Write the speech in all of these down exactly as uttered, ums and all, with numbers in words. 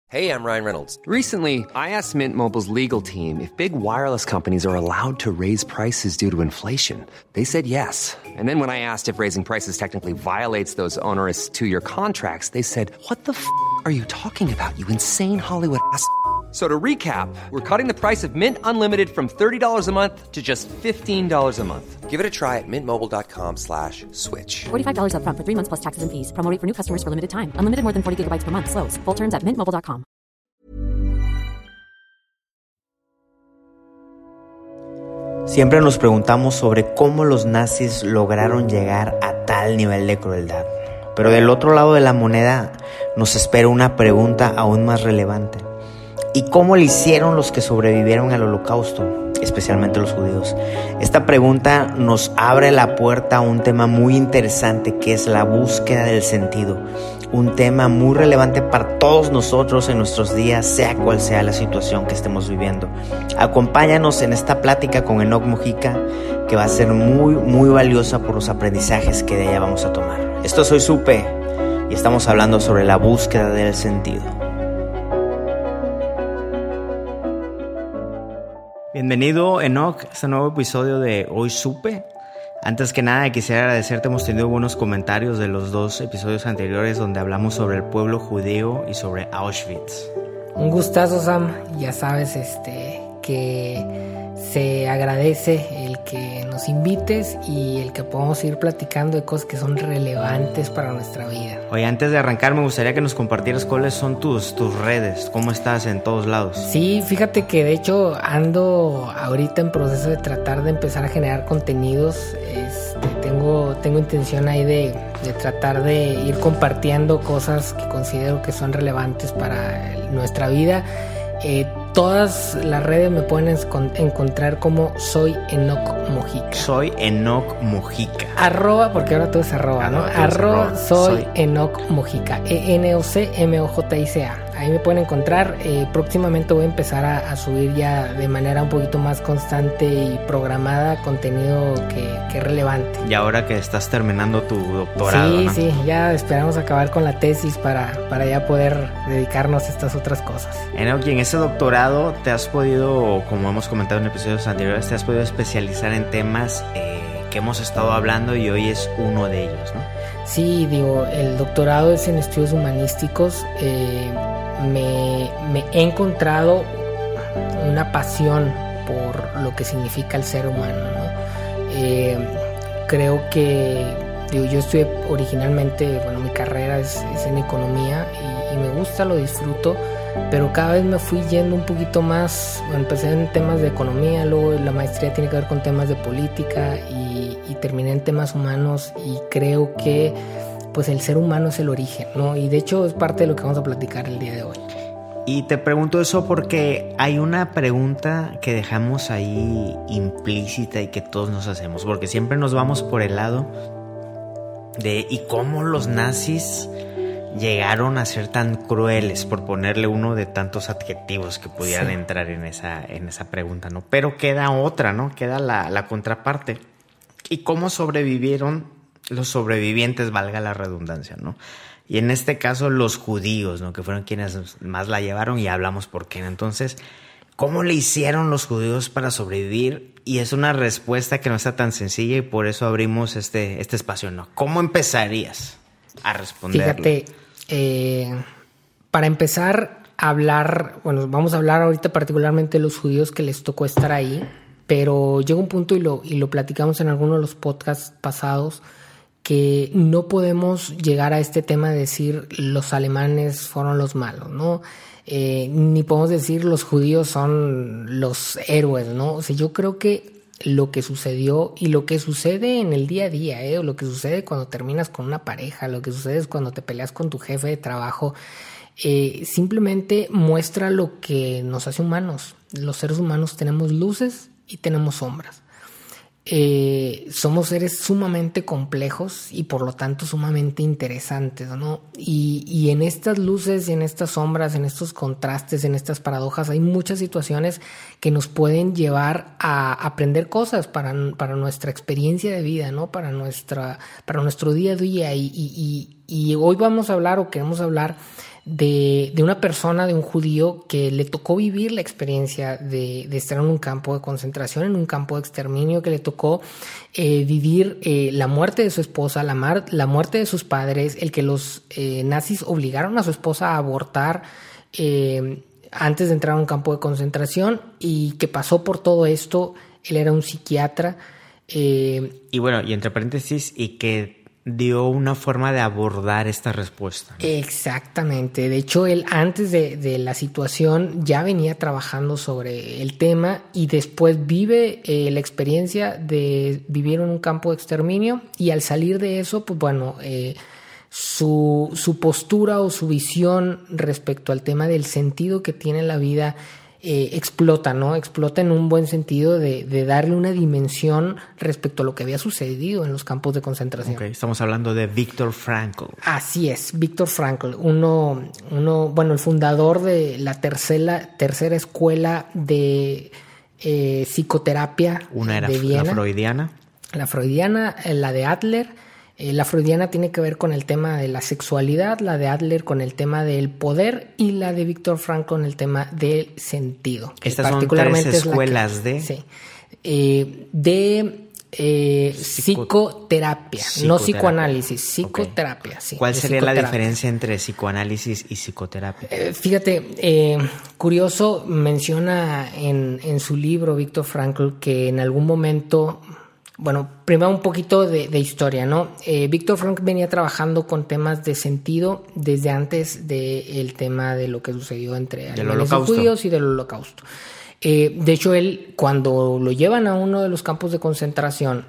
Hey, I'm Ryan Reynolds. Recently, I asked Mint Mobile's legal team if big wireless companies are allowed to raise prices due to inflation. They said yes. And then when I asked if raising prices technically violates those onerous two-year contracts, they said, what the f*** are you talking about, you insane Hollywood ass f- So to recap, we're cutting the price of Mint Unlimited from thirty dollars a month to just fifteen dollars a month. Give it a try at mintmobile.com slash switch. forty-five dollars up front for three months plus taxes and fees. Promo rate for new customers for limited time. Unlimited more than forty gigabytes per month. Slows full terms at mint mobile dot com. Siempre nos preguntamos sobre cómo los nazis lograron llegar a tal nivel de crueldad. Pero del otro lado de la moneda nos espera una pregunta aún más relevante. ¿Y cómo le hicieron los que sobrevivieron al Holocausto, especialmente los judíos? Esta pregunta nos abre la puerta a un tema muy interesante que es la búsqueda del sentido. Un tema muy relevante para todos nosotros en nuestros días, sea cual sea la situación que estemos viviendo. Acompáñanos en esta plática con Enoch Mojica, que va a ser muy, muy valiosa por los aprendizajes que de ella vamos a tomar. Esto Soy Supe y estamos hablando sobre la búsqueda del sentido. Bienvenido, Enoch, a este nuevo episodio de Hoy Supe. Antes que nada, quisiera agradecerte. Hemos tenido buenos comentarios de los dos episodios anteriores donde hablamos sobre el pueblo judío y sobre Auschwitz. Un gustazo, Sam. Ya sabes este, que se agradece el que nos invites y el que podamos ir platicando de cosas que son relevantes para nuestra vida. Oye, antes de arrancar, me gustaría que nos compartieras cuáles son tus, tus redes, cómo estás en todos lados. Sí, fíjate que de hecho ando ahorita en proceso de tratar de empezar a generar contenidos. Este, tengo, tengo intención ahí de, de tratar de ir compartiendo cosas que considero que son relevantes para nuestra vida. Eh, todas las redes me pueden escon- encontrar como Soy Enoch Mojica. Soy Enoch Mojica. Arroba, porque ahora todo es arroba, ah, ¿no? no Arroba arroba. Soy, Soy Enoch Mojica. E N O C M O J I C A. Ahí me pueden encontrar. Eh, próximamente voy a empezar a, a subir ya de manera un poquito más constante y programada contenido que, que es relevante. Y ahora que estás terminando tu doctorado, Sí, ¿no? sí, ya esperamos acabar con la tesis para, para ya poder dedicarnos a estas otras cosas. Enoch, y en ese doctorado te has podido, como hemos comentado en episodios anteriores, te has podido especializar en temas eh, que hemos estado hablando y hoy es uno de ellos, ¿no? Sí, digo, el doctorado es en estudios humanísticos. Eh, me, me he encontrado una pasión por lo que significa el ser humano, ¿no? Eh, creo que, digo, yo estudié originalmente, bueno, mi carrera es, es en economía y, y me gusta, lo disfruto, pero cada vez me fui yendo un poquito más. Bueno, empecé en temas de economía, luego la maestría tiene que ver con temas de política y, y terminé en temas humanos, y creo que pues el ser humano es el origen, ¿no? Y de hecho es parte de lo que vamos a platicar el día de hoy. Y te pregunto eso porque hay una pregunta que dejamos ahí implícita y que todos nos hacemos, porque siempre nos vamos por el lado de ¿y cómo los nazis llegaron a ser tan crueles? Por ponerle uno de tantos adjetivos que pudieran sí. entrar en esa, en esa pregunta, ¿no? Pero queda otra, ¿no? Queda la, la contraparte. ¿Y cómo sobrevivieron los sobrevivientes, valga la redundancia, ¿no? Y en este caso los judíos, ¿no? Que fueron quienes más la llevaron, y hablamos por qué. Entonces, ¿cómo le hicieron los judíos para sobrevivir? Y es una respuesta que no está tan sencilla, y por eso abrimos este, este espacio, ¿no? ¿Cómo empezarías a responder? Fíjate, eh, para empezar a hablar, bueno, vamos a hablar ahorita particularmente de los judíos que les tocó estar ahí, pero llega un punto, y lo, y lo platicamos en alguno de los podcasts pasados, que no podemos llegar a este tema de decir los alemanes fueron los malos, ¿no? Eh, ni podemos decir los judíos son los héroes, ¿no? O sea, yo creo que lo que sucedió y lo que sucede en el día a día, ¿eh? O lo que sucede cuando terminas con una pareja, lo que sucede es cuando te peleas con tu jefe de trabajo, eh, simplemente muestra lo que nos hace humanos. Los seres humanos tenemos luces y tenemos sombras. Eh, somos seres sumamente complejos y por lo tanto sumamente interesantes, ¿no? Y, y en estas luces, en estas sombras, en estos contrastes, en estas paradojas, hay muchas situaciones que nos pueden llevar a aprender cosas para, para nuestra experiencia de vida, ¿no? Para nuestra, para nuestro día a día. Y, y, y, y hoy vamos a hablar, o queremos hablar, de, de una persona, de un judío que le tocó vivir la experiencia de, de estar en un campo de concentración, en un campo de exterminio, que le tocó eh, vivir eh, la muerte de su esposa, la, mar, la muerte de sus padres, el que los eh, nazis obligaron a su esposa a abortar eh, antes de entrar a un campo de concentración, y que pasó por todo esto. Él era un psiquiatra. Eh, y bueno, y entre paréntesis, y que dio una forma de abordar esta respuesta, ¿no? Exactamente. De hecho, él antes de, de la situación ya venía trabajando sobre el tema, y después vive eh, la experiencia de vivir en un campo de exterminio, y al salir de eso, pues bueno, eh, su, su postura o su visión respecto al tema del sentido que tiene la vida Eh, explota, ¿no? Explota en un buen sentido de, de darle una dimensión respecto a lo que había sucedido en los campos de concentración. Okay, estamos hablando de Viktor Frankl. Así es, Viktor Frankl, uno, uno, bueno, el fundador de la tercera, tercera escuela de eh, psicoterapia Una era de Viena. La freudiana. La freudiana, la de Adler. Eh, la freudiana tiene que ver con el tema de la sexualidad, la de Adler con el tema del poder, y la de Viktor Frankl con el tema del sentido. Estas son tres escuelas que, de... Sí, eh, de eh, Psico, psicoterapia, psicoterapia, no psicoanálisis, psicoterapia. Okay. Sí, ¿Cuál sería la diferencia entre psicoanálisis y psicoterapia? Eh, fíjate, eh, curioso, menciona en, en su libro Viktor Frankl que en algún momento... Bueno, primero un poquito de, de historia, ¿no? Eh, Viktor Frankl venía trabajando con temas de sentido desde antes del tema de lo que sucedió entre alemanes y judíos y del Holocausto. Eh, de hecho, él, cuando lo llevan a uno de los campos de concentración,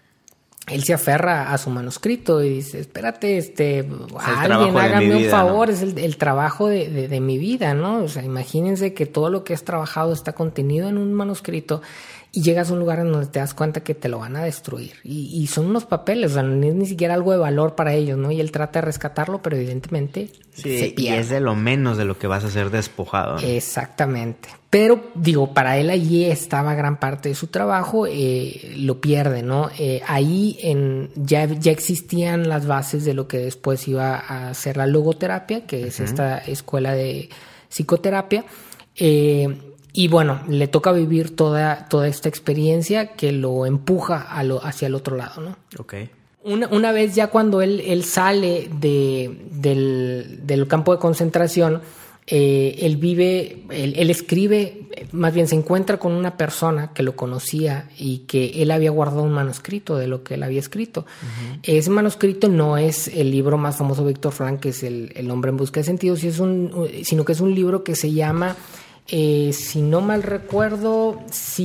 él se aferra a su manuscrito y dice, espérate, este, alguien hágame un favor, ¿no? Es el, el trabajo de, de, de mi vida, ¿no? O sea, imagínense que todo lo que has trabajado está contenido en un manuscrito, y llegas a un lugar en donde te das cuenta que te lo van a destruir. Y, y son unos papeles, o sea, no es ni siquiera algo de valor para ellos, ¿no? Y él trata de rescatarlo, pero evidentemente sí, se pierde. Y es de lo menos de lo que vas a ser despojado, ¿no? Exactamente. Pero, digo, para él allí estaba gran parte de su trabajo, eh, lo pierde, ¿no? Eh, ahí en, ya, ya existían las bases de lo que después iba a ser la logoterapia, que es uh-huh. esta escuela de psicoterapia. Eh, Y bueno, le toca vivir toda, toda esta experiencia que lo empuja a lo, hacia el otro lado, ¿no? Okay. Una, una vez ya cuando él, él sale de, del, del campo de concentración, eh, él vive, él, él escribe, más bien se encuentra con una persona que lo conocía y que él había guardado un manuscrito de lo que él había escrito. Uh-huh. Ese manuscrito no es el libro más famoso de Viktor Frankl, que es el, el Hombre en busca de sentido, sino que es un libro que se llama... Eh, si no mal recuerdo,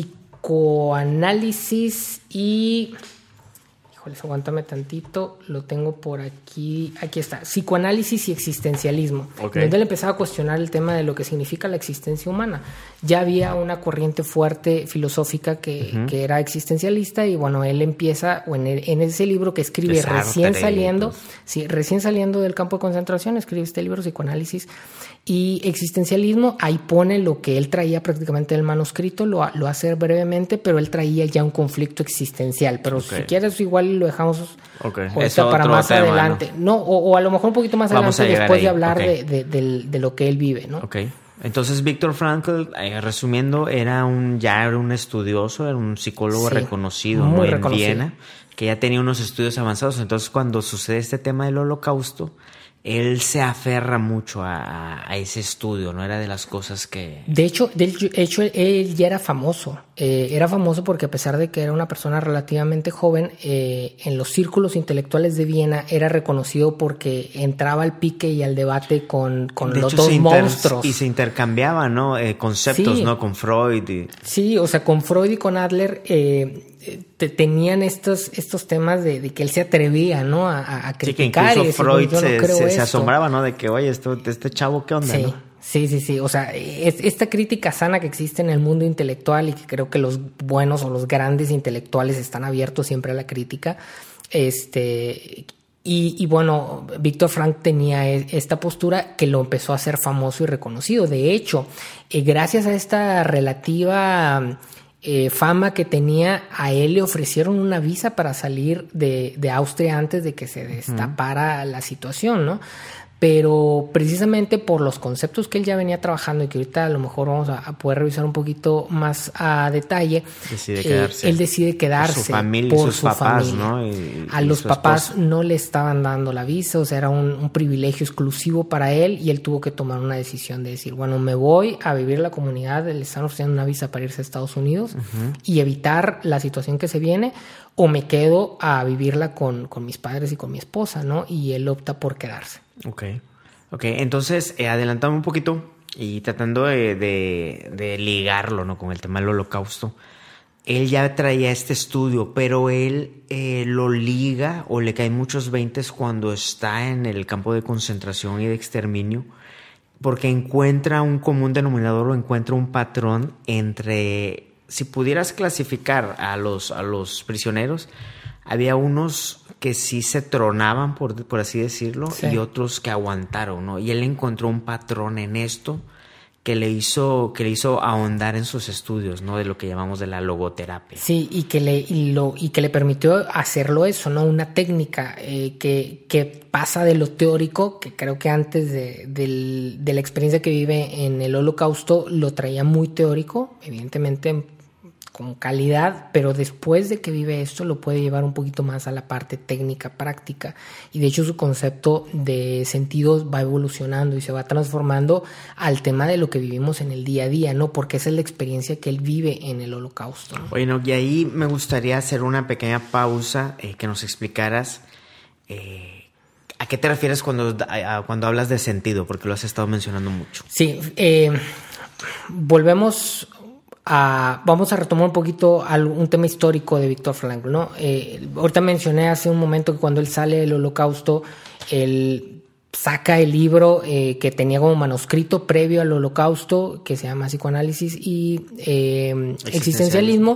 psicoanálisis y... Híjoles, aguántame tantito, lo tengo por aquí. Aquí está, psicoanálisis y existencialismo. Okay. Donde él empezaba a cuestionar el tema de lo que significa la existencia humana. Ya había una corriente fuerte filosófica que, uh-huh. que era existencialista, y bueno, él empieza, o en, el, en ese libro que escribe Desartre, recién saliendo, sí, recién saliendo del campo de concentración, escribe este libro, Psicoanálisis y Existencialismo. Ahí pone lo que él traía prácticamente del manuscrito, lo, lo hace brevemente, pero él traía ya un conflicto existencial. Pero okay. si quieres, igual lo dejamos okay. para más tema, adelante. ¿no? no o, o a lo mejor un poquito más Vamos adelante, después ahí. de hablar okay. de, de, de, de lo que él vive, ¿no? Okay. Entonces, Viktor Frankl, eh, resumiendo, era un ya era un estudioso, era un psicólogo sí, reconocido, ¿no? En reconocido. Viena, que ya tenía unos estudios avanzados. Entonces, cuando sucede este tema del Holocausto, él se aferra mucho a, a ese estudio, ¿no? Era de las cosas que... De hecho, de hecho él ya era famoso. Eh, era famoso porque a pesar de que era una persona relativamente joven, eh, en los círculos intelectuales de Viena era reconocido porque entraba al pique y al debate con, con de los hecho, dos inter- monstruos. Y se intercambiaban, ¿no? Eh, conceptos, sí. ¿no? Con Freud. Y... Sí, o sea, con Freud y con Adler... Eh, Te, tenían estos estos temas de, de que él se atrevía, ¿no? A, a criticar. Sí, que incluso y Freud decir, se, no se, se asombraba, ¿no? De que, oye, esto, este chavo, ¿qué onda? Sí, ¿no? sí, sí, sí. O sea, es, esta crítica sana que existe en el mundo intelectual, y que creo que los buenos o los grandes intelectuales están abiertos siempre a la crítica. Este... Y, y bueno, Viktor Frankl tenía esta postura que lo empezó a hacer famoso y reconocido. De hecho, eh, gracias a esta relativa... Eh, fama que tenía, a él le ofrecieron una visa para salir de, de Austria antes de que se destapara uh-huh. la situación, ¿no? pero precisamente por los conceptos que él ya venía trabajando y que ahorita a lo mejor vamos a, a poder revisar un poquito más a detalle, decide quedarse. Eh, él decide quedarse por su familia, por sus su papás, familia. ¿no? Y, a y los su papás esposa. no le estaban dando la visa, o sea, era un, un privilegio exclusivo para él y él tuvo que tomar una decisión de decir, bueno, me voy a vivir la comunidad, le están ofreciendo una visa para irse a Estados Unidos uh-huh. y evitar la situación que se viene, o me quedo a vivirla con, con mis padres y con mi esposa, ¿no? Y él opta por quedarse. Ok. Ok, entonces, eh, adelantando un poquito y tratando de, de, de ligarlo, ¿no? Con el tema del Holocausto. Él ya traía este estudio, pero él eh, lo liga o le caen muchos veintes cuando está en el campo de concentración y de exterminio, porque encuentra un común denominador o encuentra un patrón entre, si pudieras clasificar a los, a los prisioneros, había unos que sí se tronaban, por, por así decirlo, sí. y otros que aguantaron, ¿no? Y él encontró un patrón en esto que le hizo, que le hizo ahondar en sus estudios, ¿no? De lo que llamamos de la logoterapia. Sí, y que le, y lo, y que le permitió hacerlo eso, ¿no? Una técnica eh, que, que pasa de lo teórico, que creo que antes de, de, de la experiencia que vive en el Holocausto lo traía muy teórico, evidentemente con calidad, pero después de que vive esto lo puede llevar un poquito más a la parte técnica, práctica, y de hecho su concepto de sentidos va evolucionando y se va transformando al tema de lo que vivimos en el día a día, ¿no? Porque esa es la experiencia que él vive en el Holocausto, ¿no? Bueno, y ahí me gustaría hacer una pequeña pausa, eh, que nos explicaras eh, ¿a qué te refieres cuando, a, cuando hablas de sentido? Porque lo has estado mencionando mucho. Sí, eh, volvemos... Uh, vamos a retomar un poquito un tema histórico de Viktor Frankl, ¿no? Eh, ahorita mencioné hace un momento que cuando él sale del Holocausto, él saca el libro eh, que tenía como manuscrito previo al Holocausto, que se llama Psicoanálisis y eh, Existencialismo,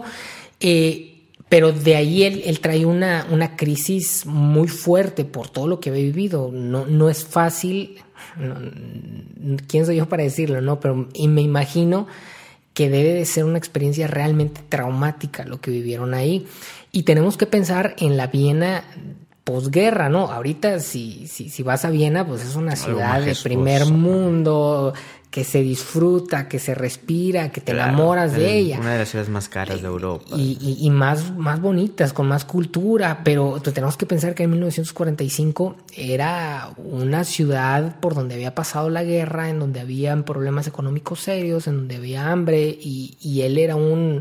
eh, pero de ahí él, él trae una, una crisis muy fuerte por todo lo que había vivido. No, no es fácil, no, ¿quién soy yo para decirlo, no? Pero y me imagino que debe de ser una experiencia realmente traumática lo que vivieron ahí. Y tenemos que pensar en la Viena posguerra, ¿no? Ahorita si, si, si vas a Viena, pues es una ciudad de primer mundo, que se disfruta, que se respira, que te claro, enamoras el, de ella. Una de las ciudades más caras de Europa. Y, y, y más, más bonitas, con más cultura, pero tenemos que pensar que en mil novecientos cuarenta y cinco era una ciudad por donde había pasado la guerra, en donde había problemas económicos serios, en donde había hambre, y, y él era un,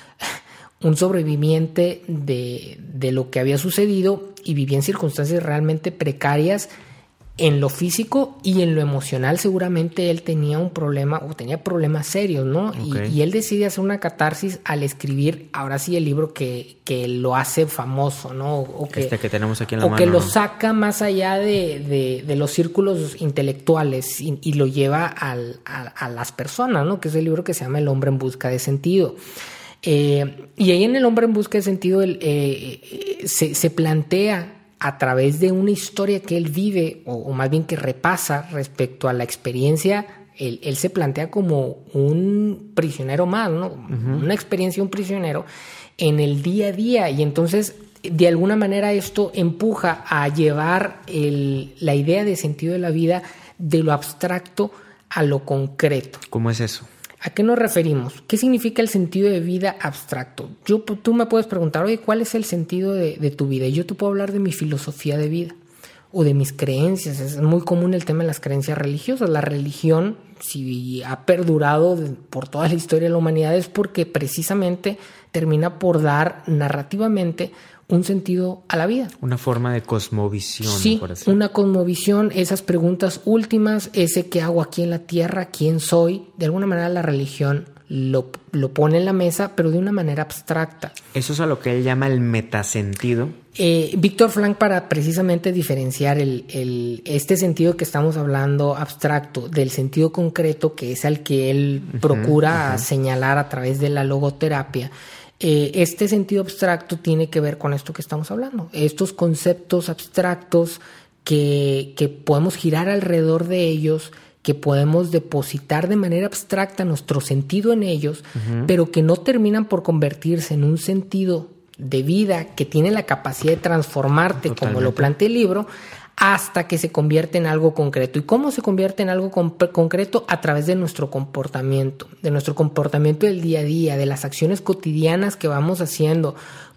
un sobreviviente de, de lo que había sucedido y vivía en circunstancias realmente precarias. En lo físico y en lo emocional seguramente él tenía un problema o tenía problemas serios, ¿no? Okay. Y, y él decide hacer una catarsis al escribir, ahora sí, el libro que, que lo hace famoso, ¿no? O que, este que tenemos aquí en la o mano. O que lo ¿no? saca más allá de, de, de los círculos intelectuales y, y lo lleva al, a, a las personas, ¿no? Que es el libro que se llama El hombre en busca de sentido. Eh, y ahí en El hombre en busca de sentido él, eh, se, se plantea a través de una historia que él vive, o, o más bien que repasa respecto a la experiencia, él, él se plantea como un prisionero más, ¿no? Uh-huh. Una experiencia de un prisionero en el día a día. Y entonces, de alguna manera, esto empuja a llevar el, la idea de sentido de la vida de lo abstracto a lo concreto. ¿Cómo es eso? ¿A qué nos referimos? ¿Qué significa el sentido de vida abstracto? Yo, tú me puedes preguntar, oye, ¿cuál es el sentido de, de tu vida? Y yo te puedo hablar de mi filosofía de vida o de mis creencias. Es muy común el tema de las creencias religiosas. La religión, si ha perdurado por toda la historia de la humanidad, es porque precisamente termina por dar narrativamente un sentido a la vida. Una forma de cosmovisión. Sí, por así. Una cosmovisión, esas preguntas últimas, ese qué hago aquí en la tierra, quién soy. De alguna manera la religión lo, lo pone en la mesa, pero de una manera abstracta. Eso es a lo que él llama el metasentido. Eh, Viktor Frankl, para precisamente diferenciar el, el, este sentido que estamos hablando abstracto del sentido concreto, que es al que él uh-huh, procura uh-huh. señalar a través de la logoterapia, Eh, este sentido abstracto tiene que ver con esto que estamos hablando, estos conceptos abstractos que, que podemos girar alrededor de ellos, que podemos depositar de manera abstracta nuestro sentido en ellos, uh-huh. pero que no terminan por convertirse en un sentido de vida que tiene la capacidad de transformarte, totalmente, como lo plantea el libro, hasta que se convierte en algo concreto. ¿Y cómo se convierte en algo con- concreto? A través de nuestro comportamiento, de nuestro comportamiento del día a día, de las acciones cotidianas que vamos haciendo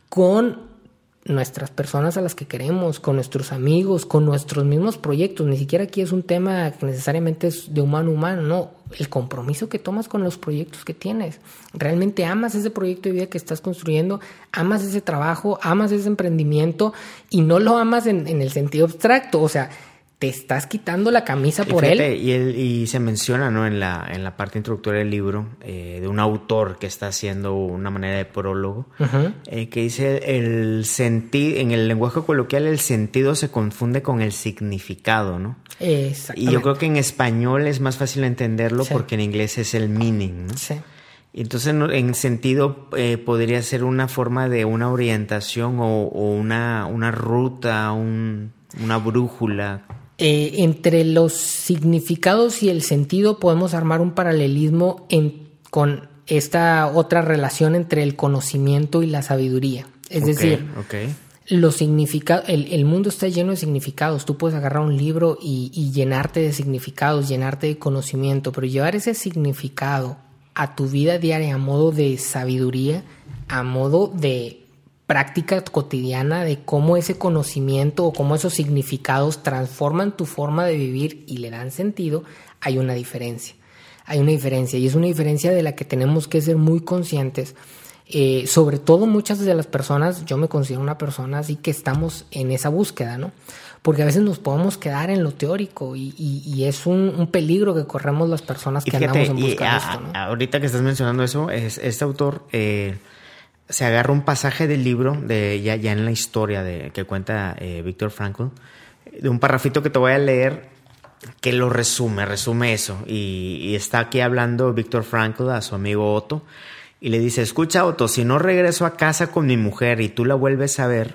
con nuestras personas a las que queremos, con nuestros amigos, con nuestros mismos proyectos. Ni siquiera aquí es un tema que necesariamente es de humano a humano, no. El compromiso que tomas con los proyectos que tienes. ¿Realmente amas ese proyecto de vida que estás construyendo? ¿Amas ese trabajo? ¿Amas ese emprendimiento? Y no lo amas en, en el sentido abstracto, o sea, te estás quitando la camisa por y fíjate, él. Y, él, y se menciona, ¿no? en, la, en la parte introductoria del libro eh, de un autor que está haciendo una manera de prólogo, uh-huh. eh, que dice el sentido, en el lenguaje coloquial el sentido se confunde con el significado, ¿no? Exactamente. Y yo creo que en español es más fácil entenderlo, sí. porque en inglés es el meaning, ¿no? Sí. Y entonces en sentido eh, podría ser una forma de una orientación o, o una, una ruta, un, una brújula. Eh, entre los significados y el sentido podemos armar un paralelismo en, con esta otra relación entre el conocimiento y la sabiduría. Es okay, decir, okay. los significados, el, el mundo está lleno de significados. Tú puedes agarrar un libro y, y llenarte de significados, llenarte de conocimiento, pero llevar ese significado a tu vida diaria a modo de sabiduría, a modo de práctica cotidiana de cómo ese conocimiento o cómo esos significados transforman tu forma de vivir y le dan sentido, hay una diferencia. Hay una diferencia y es una diferencia de la que tenemos que ser muy conscientes. Eh, sobre todo muchas de las personas, yo me considero una persona así que estamos en esa búsqueda, ¿no? Porque a veces nos podemos quedar en lo teórico y, y, y es un, un peligro que corremos las personas que fíjate, andamos en busca y a, de esto, ¿no? Ahorita que estás mencionando eso, es, este autor... Eh, se agarra un pasaje del libro, de ya, ya en la historia de, que cuenta eh, Viktor Frankl, de un parrafito que te voy a leer que lo resume, resume eso. Y, y está aquí hablando Viktor Frankl a su amigo Otto y le dice, escucha Otto, si no regreso a casa con mi mujer y tú la vuelves a ver,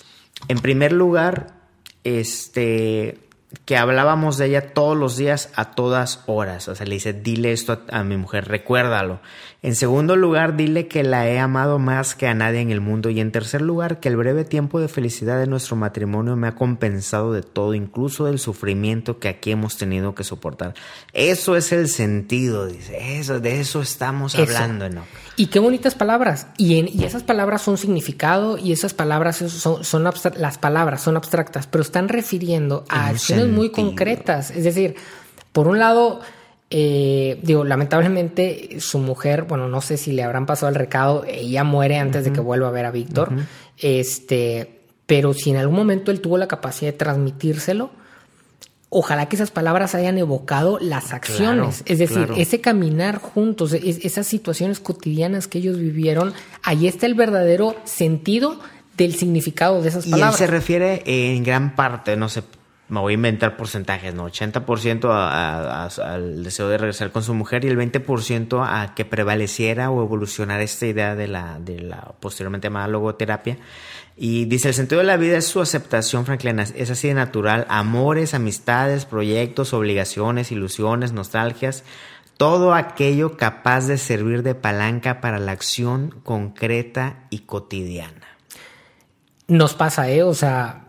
en primer lugar, este... que hablábamos de ella todos los días a todas horas. O sea, le dice, dile esto a, a mi mujer, recuérdalo. En segundo lugar, dile que la he amado más que a nadie en el mundo. Y en tercer lugar, que el breve tiempo de felicidad de nuestro matrimonio me ha compensado de todo, incluso del sufrimiento que aquí hemos tenido que soportar. Eso es el sentido, dice. Eso, de eso estamos eso. hablando, ¿no? Y qué bonitas palabras. Y, en, y esas palabras son significado y esas palabras son, son abstra- las palabras son abstractas, pero están refiriendo a acciones muy concretas. Es decir, por un lado, eh, digo, lamentablemente su mujer, bueno, no sé si le habrán pasado el recado, ella muere antes uh-huh. de que vuelva a ver a Víctor. Uh-huh. Este, pero si en algún momento él tuvo la capacidad de transmitírselo, ojalá que esas palabras hayan evocado las acciones, claro, es decir, claro. ese caminar juntos, es, esas situaciones cotidianas que ellos vivieron, ahí está el verdadero sentido del significado de esas palabras. Y él se refiere en gran parte, no sé, me voy a inventar porcentajes, ¿no? ochenta por ciento a, a, a, al deseo de regresar con su mujer y el veinte por ciento a que prevaleciera o evolucionara esta idea de la, de la posteriormente llamada logoterapia. Y dice, el sentido de la vida es su aceptación franklina, es así de natural, amores, amistades, proyectos, obligaciones, ilusiones, nostalgias, todo aquello capaz de servir de palanca para la acción concreta y cotidiana. Nos pasa, ¿eh? O sea,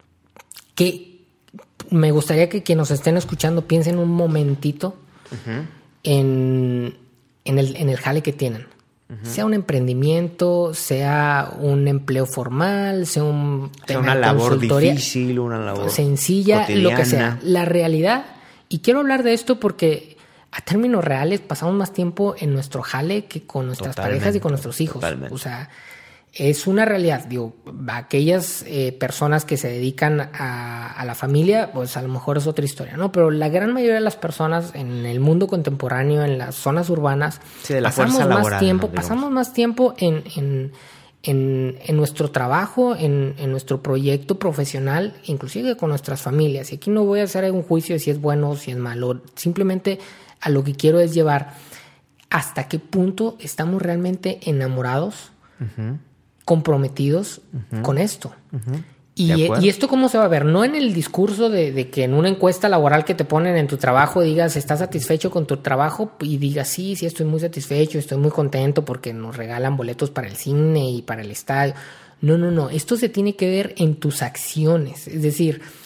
que me gustaría que quienes nos estén escuchando piensen un momentito uh-huh. en, en, el, en el jale que tienen. Uh-huh. Sea un emprendimiento, sea un empleo formal, sea, un, sea una labor difícil, una labor sencilla, cotidiana. Lo que sea. La realidad, y quiero hablar de esto porque a términos reales pasamos más tiempo en nuestro jale que con nuestras totalmente, parejas y con nuestros hijos. Totalmente. O sea, es una realidad. Digo, aquellas eh, personas que se dedican a, a la familia, pues a lo mejor es otra historia, ¿no? Pero la gran mayoría de las personas en el mundo contemporáneo, en las zonas urbanas, sí, de la pasamos fuerza más laboral, tiempo, ¿no? pasamos más tiempo en, en, en, en nuestro trabajo, en, en nuestro proyecto profesional, inclusive con nuestras familias. Y aquí no voy a hacer un juicio de si es bueno o si es malo. Simplemente a lo que quiero es llevar hasta qué punto estamos realmente enamorados, uh-huh. comprometidos uh-huh. con esto. Uh-huh. Y, y esto cómo se va a ver, no en el discurso de, de que en una encuesta laboral que te ponen en tu trabajo digas, ¿estás satisfecho con tu trabajo? Y digas, sí, sí, estoy muy satisfecho, estoy muy contento porque nos regalan boletos para el cine y para el estadio. No, no, no, esto se tiene que ver en tus acciones. Es decir,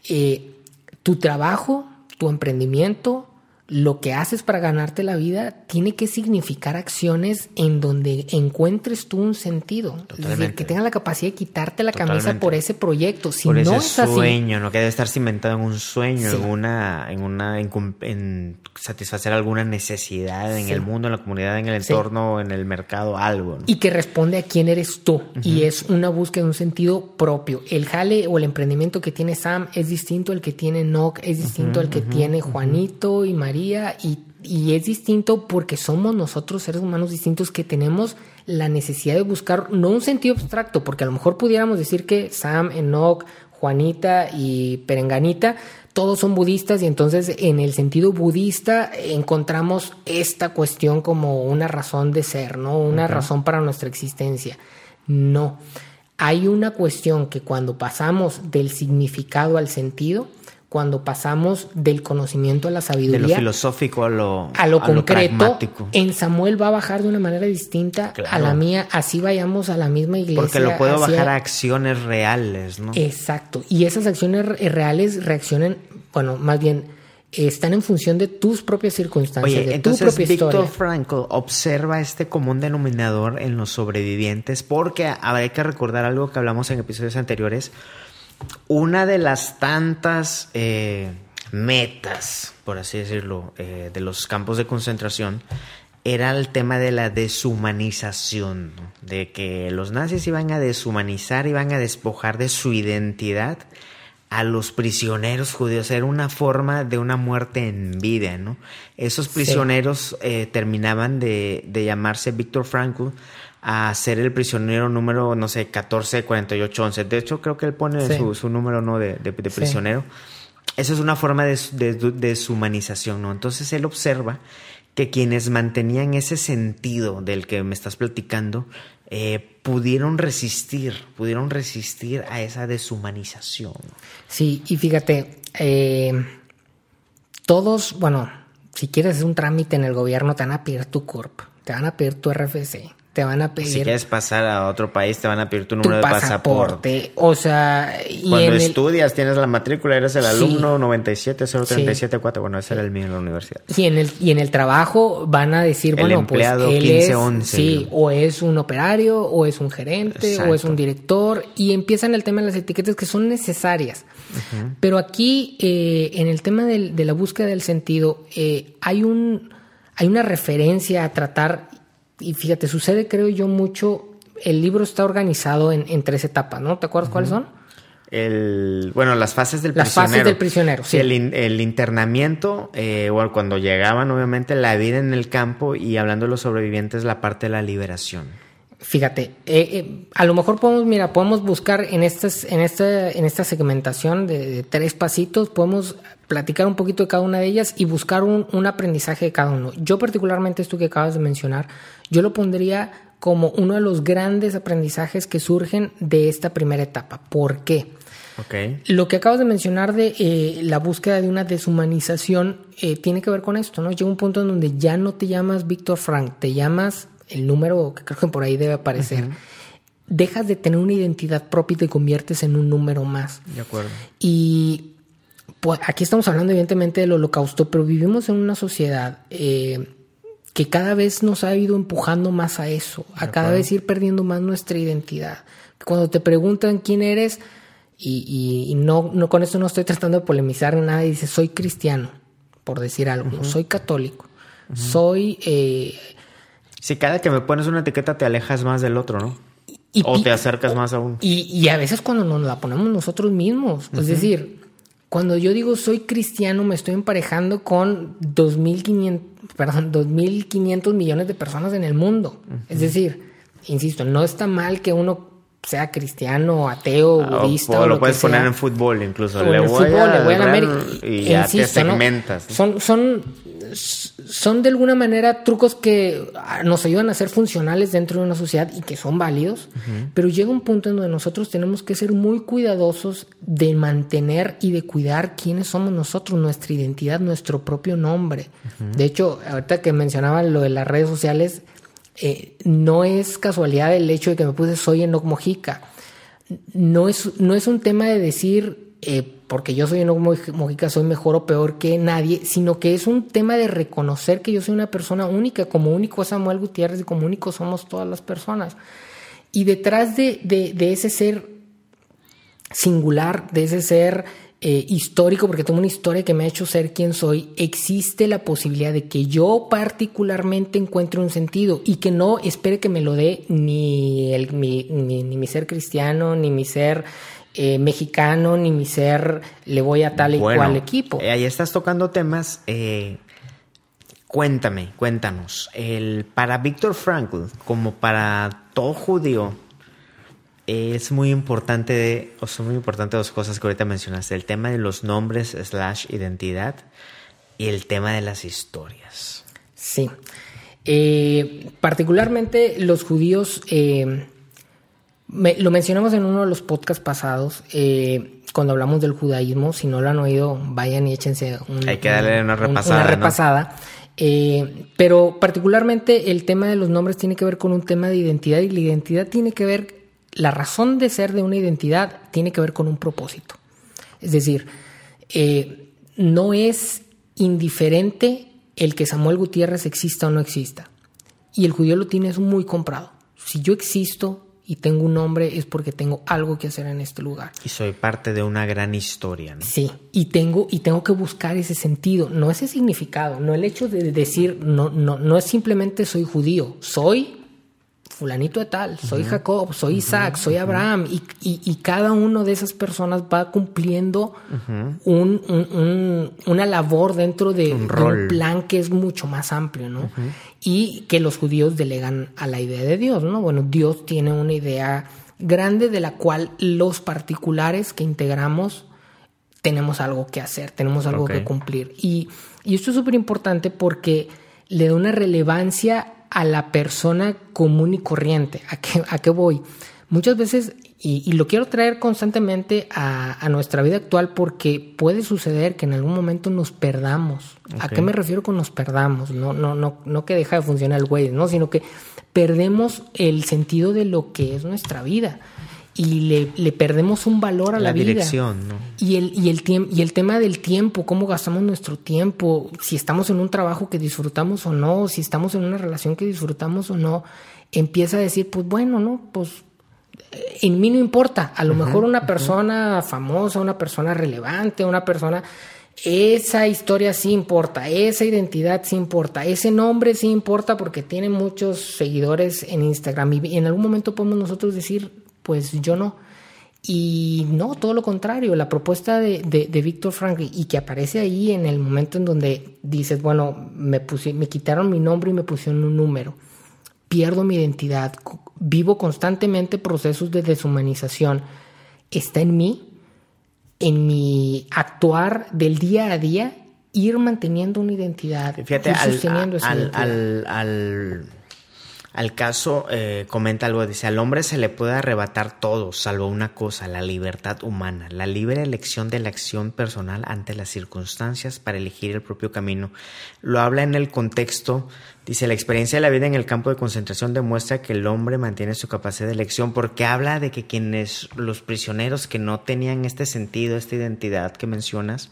eh, tu trabajo, tu emprendimiento, lo que haces para ganarte la vida tiene que significar acciones en donde encuentres tú un sentido. Totalmente. Es decir, que tengas la capacidad de quitarte la Totalmente. camisa por ese proyecto. Si por no ese es así, sueño, ¿no? Que debe estar cimentado en un sueño, sí. en una, en una, en, en satisfacer alguna necesidad en sí. el mundo, en la comunidad, en el entorno, sí. en el mercado, algo, ¿no? Y que responde a quién eres tú. Uh-huh. Y es una búsqueda de un sentido propio. El jale o el emprendimiento que tiene Sam es distinto al que tiene Enoch, es distinto uh-huh, al que uh-huh, tiene Juanito uh-huh. y María. Y, y es distinto porque somos nosotros seres humanos distintos que tenemos la necesidad de buscar no un sentido abstracto, porque a lo mejor pudiéramos decir que Sam, Enoch, Juanita y Perenganita todos son budistas y entonces en el sentido budista encontramos esta cuestión como una razón de ser, ¿no? Una uh-huh. razón para nuestra existencia. No, hay una cuestión que cuando pasamos del significado al sentido, cuando pasamos del conocimiento a la sabiduría, de lo filosófico a lo, a lo a concreto, lo pragmático. En Samuel va a bajar de una manera distinta claro. a la mía, así vayamos a la misma iglesia. Porque lo puedo hacia... bajar a acciones reales, ¿no? Exacto, y esas acciones reales reaccionan, bueno, más bien están en función de tus propias circunstancias, Oye, de entonces, tu propia Viktor historia. Frankl observa este común denominador en los sobrevivientes, porque hay que recordar algo que hablamos en episodios anteriores. Una de las tantas eh, metas, por así decirlo, eh, de los campos de concentración era el tema de la deshumanización, ¿no? De que los nazis iban a deshumanizar, iban a despojar de su identidad a los prisioneros judíos. Era una forma de una muerte en vida, ¿no? Esos prisioneros sí. eh, terminaban de, de llamarse Viktor Frankl a ser el prisionero número, no sé, catorce cuarenta y ocho once. De hecho, creo que él pone sí. su, su número no de, de, de prisionero. Sí. Esa es una forma de, de, de deshumanización, ¿no? Entonces él observa que quienes mantenían ese sentido del que me estás platicando eh, pudieron resistir, pudieron resistir a esa deshumanización. Sí, y fíjate, eh, todos, bueno, si quieres hacer un trámite en el gobierno te van a pedir tu C U R P, te van a pedir tu R F C. Te van a pedir. Si quieres pasar a otro país, te van a pedir tu número tu de pasaporte. pasaporte. O sea, y cuando en estudias, el... tienes la matrícula, eres el sí. alumno noventa y siete cero treinta y siete cuatro. Sí. Bueno, ese sí. era el mío en la universidad. Y en el, y en el trabajo van a decir, el bueno, empleado pues él quince, es, once, sí, o es un operario, o es un gerente, Exacto. o es un director. Y empiezan el tema de las etiquetas que son necesarias. Uh-huh. Pero aquí, eh, en el tema del, de la búsqueda del sentido, eh, hay un, hay una referencia a tratar. Y fíjate, sucede, creo yo, mucho. El libro está organizado en, en tres etapas, ¿no? ¿Te acuerdas uh-huh. cuáles son? El, bueno, las fases del las prisionero. Las fases del prisionero, sí. El, el internamiento, eh, bueno, cuando llegaban, obviamente, la vida en el campo, y hablando de los sobrevivientes, la parte de la liberación. Fíjate, eh, eh, a lo mejor podemos, mira, podemos buscar en estas, en esta, en esta segmentación de, de tres pasitos, podemos platicar un poquito de cada una de ellas y buscar un, un aprendizaje de cada uno. Yo particularmente esto que acabas de mencionar, yo lo pondría como uno de los grandes aprendizajes que surgen de esta primera etapa. ¿Por qué? Okay. Lo que acabas de mencionar de eh, la búsqueda de una deshumanización eh, tiene que ver con esto, ¿no? Llega un punto en donde ya no te llamas Viktor Frankl, te llamas el número que creo que por ahí debe aparecer. Uh-huh. Dejas de tener una identidad propia y te conviertes en un número más. De acuerdo. Y pues aquí estamos hablando evidentemente del holocausto, pero vivimos en una sociedad eh, que cada vez nos ha ido empujando más a eso, a cada vez ir perdiendo más nuestra identidad. Cuando te preguntan quién eres, y, y, y no, no con esto no estoy tratando de polemizar ni nada, y dices, soy cristiano, por decir algo, uh-huh. soy católico, uh-huh. soy... Eh, si cada que me pones una etiqueta te alejas más del otro, ¿no? Y, o te acercas más a uno. Y, y a veces cuando nos la ponemos nosotros mismos, uh-huh. es decir... Cuando yo digo soy cristiano, me estoy emparejando con dos mil quinientos, perdón, dos mil quinientos millones de personas en el mundo. Uh-huh. Es decir, insisto, no está mal que uno sea cristiano, ateo, ah, budista. O, o lo, lo puedes que poner sea. En fútbol incluso. O le, en voy fútbol, a le voy a la América. Y ya insisto, te segmentas. ¿no? Son, son, son de alguna manera trucos que nos ayudan a ser funcionales dentro de una sociedad y que son válidos. Uh-huh. Pero llega un punto en donde nosotros tenemos que ser muy cuidadosos de mantener y de cuidar quiénes somos nosotros, nuestra identidad, nuestro propio nombre. Uh-huh. De hecho, ahorita que mencionaba lo de las redes sociales, eh, no es casualidad el hecho de que me puse soy Enoch Mojica. No es, no es un tema de decir, eh, porque yo soy un Mojica, soy mejor o peor que nadie, sino que es un tema de reconocer que yo soy una persona única, como único es Samuel Gutiérrez y como único somos todas las personas. Y detrás de, de, de ese ser singular, de ese ser eh, histórico, porque tengo una historia que me ha hecho ser quien soy, existe la posibilidad de que yo particularmente encuentre un sentido y que no espere que me lo dé ni, el, mi, ni, ni mi ser cristiano, ni mi ser eh, mexicano, ni mi ser le voy a tal y bueno, cual equipo. Eh, ahí estás tocando temas. Eh, cuéntame, cuéntanos. El, para Viktor Frankl, como para todo judío, es muy importante, o son muy importantes dos cosas que ahorita mencionaste: el tema de los nombres slash identidad y el tema de las historias. Sí. Eh, particularmente los judíos, eh, me, lo mencionamos en uno de los podcasts pasados, eh, cuando hablamos del judaísmo. Si no lo han oído, vayan y échense un, Hay que darle una repasada. Una repasada. ¿No? Eh, pero particularmente el tema de los nombres tiene que ver con un tema de identidad, y la identidad tiene que ver, la razón de ser de una identidad tiene que ver con un propósito. Es decir, eh, no es indiferente el que Samuel Gutiérrez exista o no exista. Y el judío lo tiene eso muy comprado. Si yo existo y tengo un nombre, es porque tengo algo que hacer en este lugar. Y soy parte de una gran historia, ¿no? Sí, y tengo, y tengo que buscar ese sentido, no ese significado, no el hecho de decir, no, no, no es simplemente soy judío, soy fulanito de tal, soy uh-huh. Jacob, soy uh-huh. Isaac, soy Abraham, uh-huh. y, y, y cada uno de esas personas va cumpliendo uh-huh. un, un, un, una labor dentro de un, de un plan que es mucho más amplio, ¿no? Uh-huh. Y que los judíos delegan a la idea de Dios, ¿no? Bueno, Dios tiene una idea grande de la cual los particulares que integramos tenemos algo que hacer, tenemos algo okay. que cumplir. Y, y esto es súper importante porque le da una relevancia a la persona común y corriente. ¿A qué, a qué voy? Muchas veces, y, y lo quiero traer constantemente a, a nuestra vida actual, porque puede suceder que en algún momento nos perdamos. Okay. ¿A qué me refiero con nos perdamos? No, no, no, no que deja de funcionar el güey, ¿no? Sino que perdemos el sentido de lo que es nuestra vida. Y le, le perdemos un valor a la, la vida. La dirección, ¿no? Y el, y, el tiemp- y el tema del tiempo, cómo gastamos nuestro tiempo, si estamos en un trabajo que disfrutamos o no, si estamos en una relación que disfrutamos o no, empieza a decir, pues bueno, ¿no? Pues en mí no importa. A lo uh-huh, mejor una persona uh-huh. famosa, una persona relevante, una persona... Esa historia sí importa, esa identidad sí importa, ese nombre sí importa porque tiene muchos seguidores en Instagram. Y en algún momento podemos nosotros decir... pues yo no. Y no, todo lo contrario. La propuesta de, de, de Viktor Frankl, y que aparece ahí en el momento en donde dices, bueno, me, puse, me quitaron mi nombre y me pusieron un número. Pierdo mi identidad. Vivo constantemente procesos de deshumanización. Está en mí, en mi actuar del día a día, ir manteniendo una identidad. Fíjate, ir al, sosteniendo esa al, identidad. al, al... Al caso, eh, comenta algo, dice, al hombre se le puede arrebatar todo, salvo una cosa, la libertad humana, la libre elección de la acción personal ante las circunstancias para elegir el propio camino. Lo habla en el contexto, dice, la experiencia de la vida en el campo de concentración demuestra que el hombre mantiene su capacidad de elección, porque habla de que quienes, los prisioneros que no tenían este sentido, esta identidad que mencionas,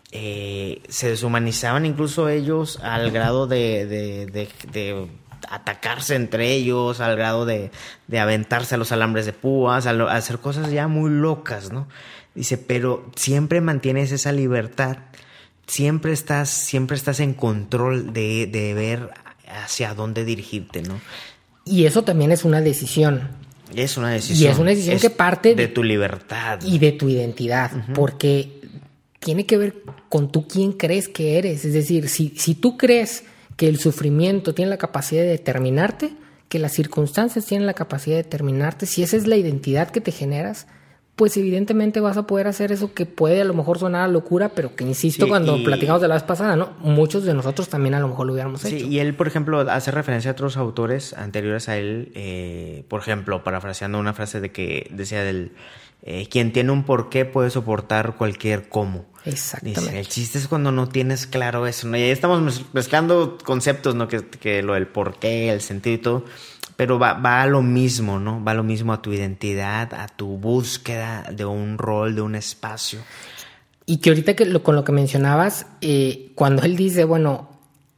eh, se deshumanizaban incluso ellos al grado de... de, de, de atacarse entre ellos, al grado de, de aventarse a los alambres de púas, a, lo, a hacer cosas ya muy locas, ¿no? Dice, pero siempre mantienes esa libertad, siempre estás, siempre estás en control de, de ver hacia dónde dirigirte, ¿no? Y eso también es una decisión. Es una decisión. Y es una decisión es que parte de, de tu libertad. Y de tu identidad, uh-huh. porque tiene que ver con tú quién crees que eres. Es decir, si, si tú crees que el sufrimiento tiene la capacidad de determinarte, que las circunstancias tienen la capacidad de determinarte, si esa es la identidad que te generas, pues evidentemente vas a poder hacer eso que puede a lo mejor sonar a locura, pero que insisto, sí, cuando y... platicamos de la vez pasada, ¿no? Muchos de nosotros también a lo mejor lo hubiéramos sí, hecho. Y él, por ejemplo, hace referencia a otros autores anteriores a él, eh, por ejemplo, parafraseando una frase de que decía del... Eh, quien tiene un porqué puede soportar cualquier cómo. Exactamente. Dice, el chiste es cuando no tienes claro eso, ¿no? Y ahí estamos mezclando conceptos, ¿no? Que, que lo del porqué, el sentido y todo, pero va, va a lo mismo, ¿no? Va a lo mismo, a tu identidad, a tu búsqueda de un rol, de un espacio. y que ahorita que lo, con lo que mencionabas, eh, cuando él dice, bueno,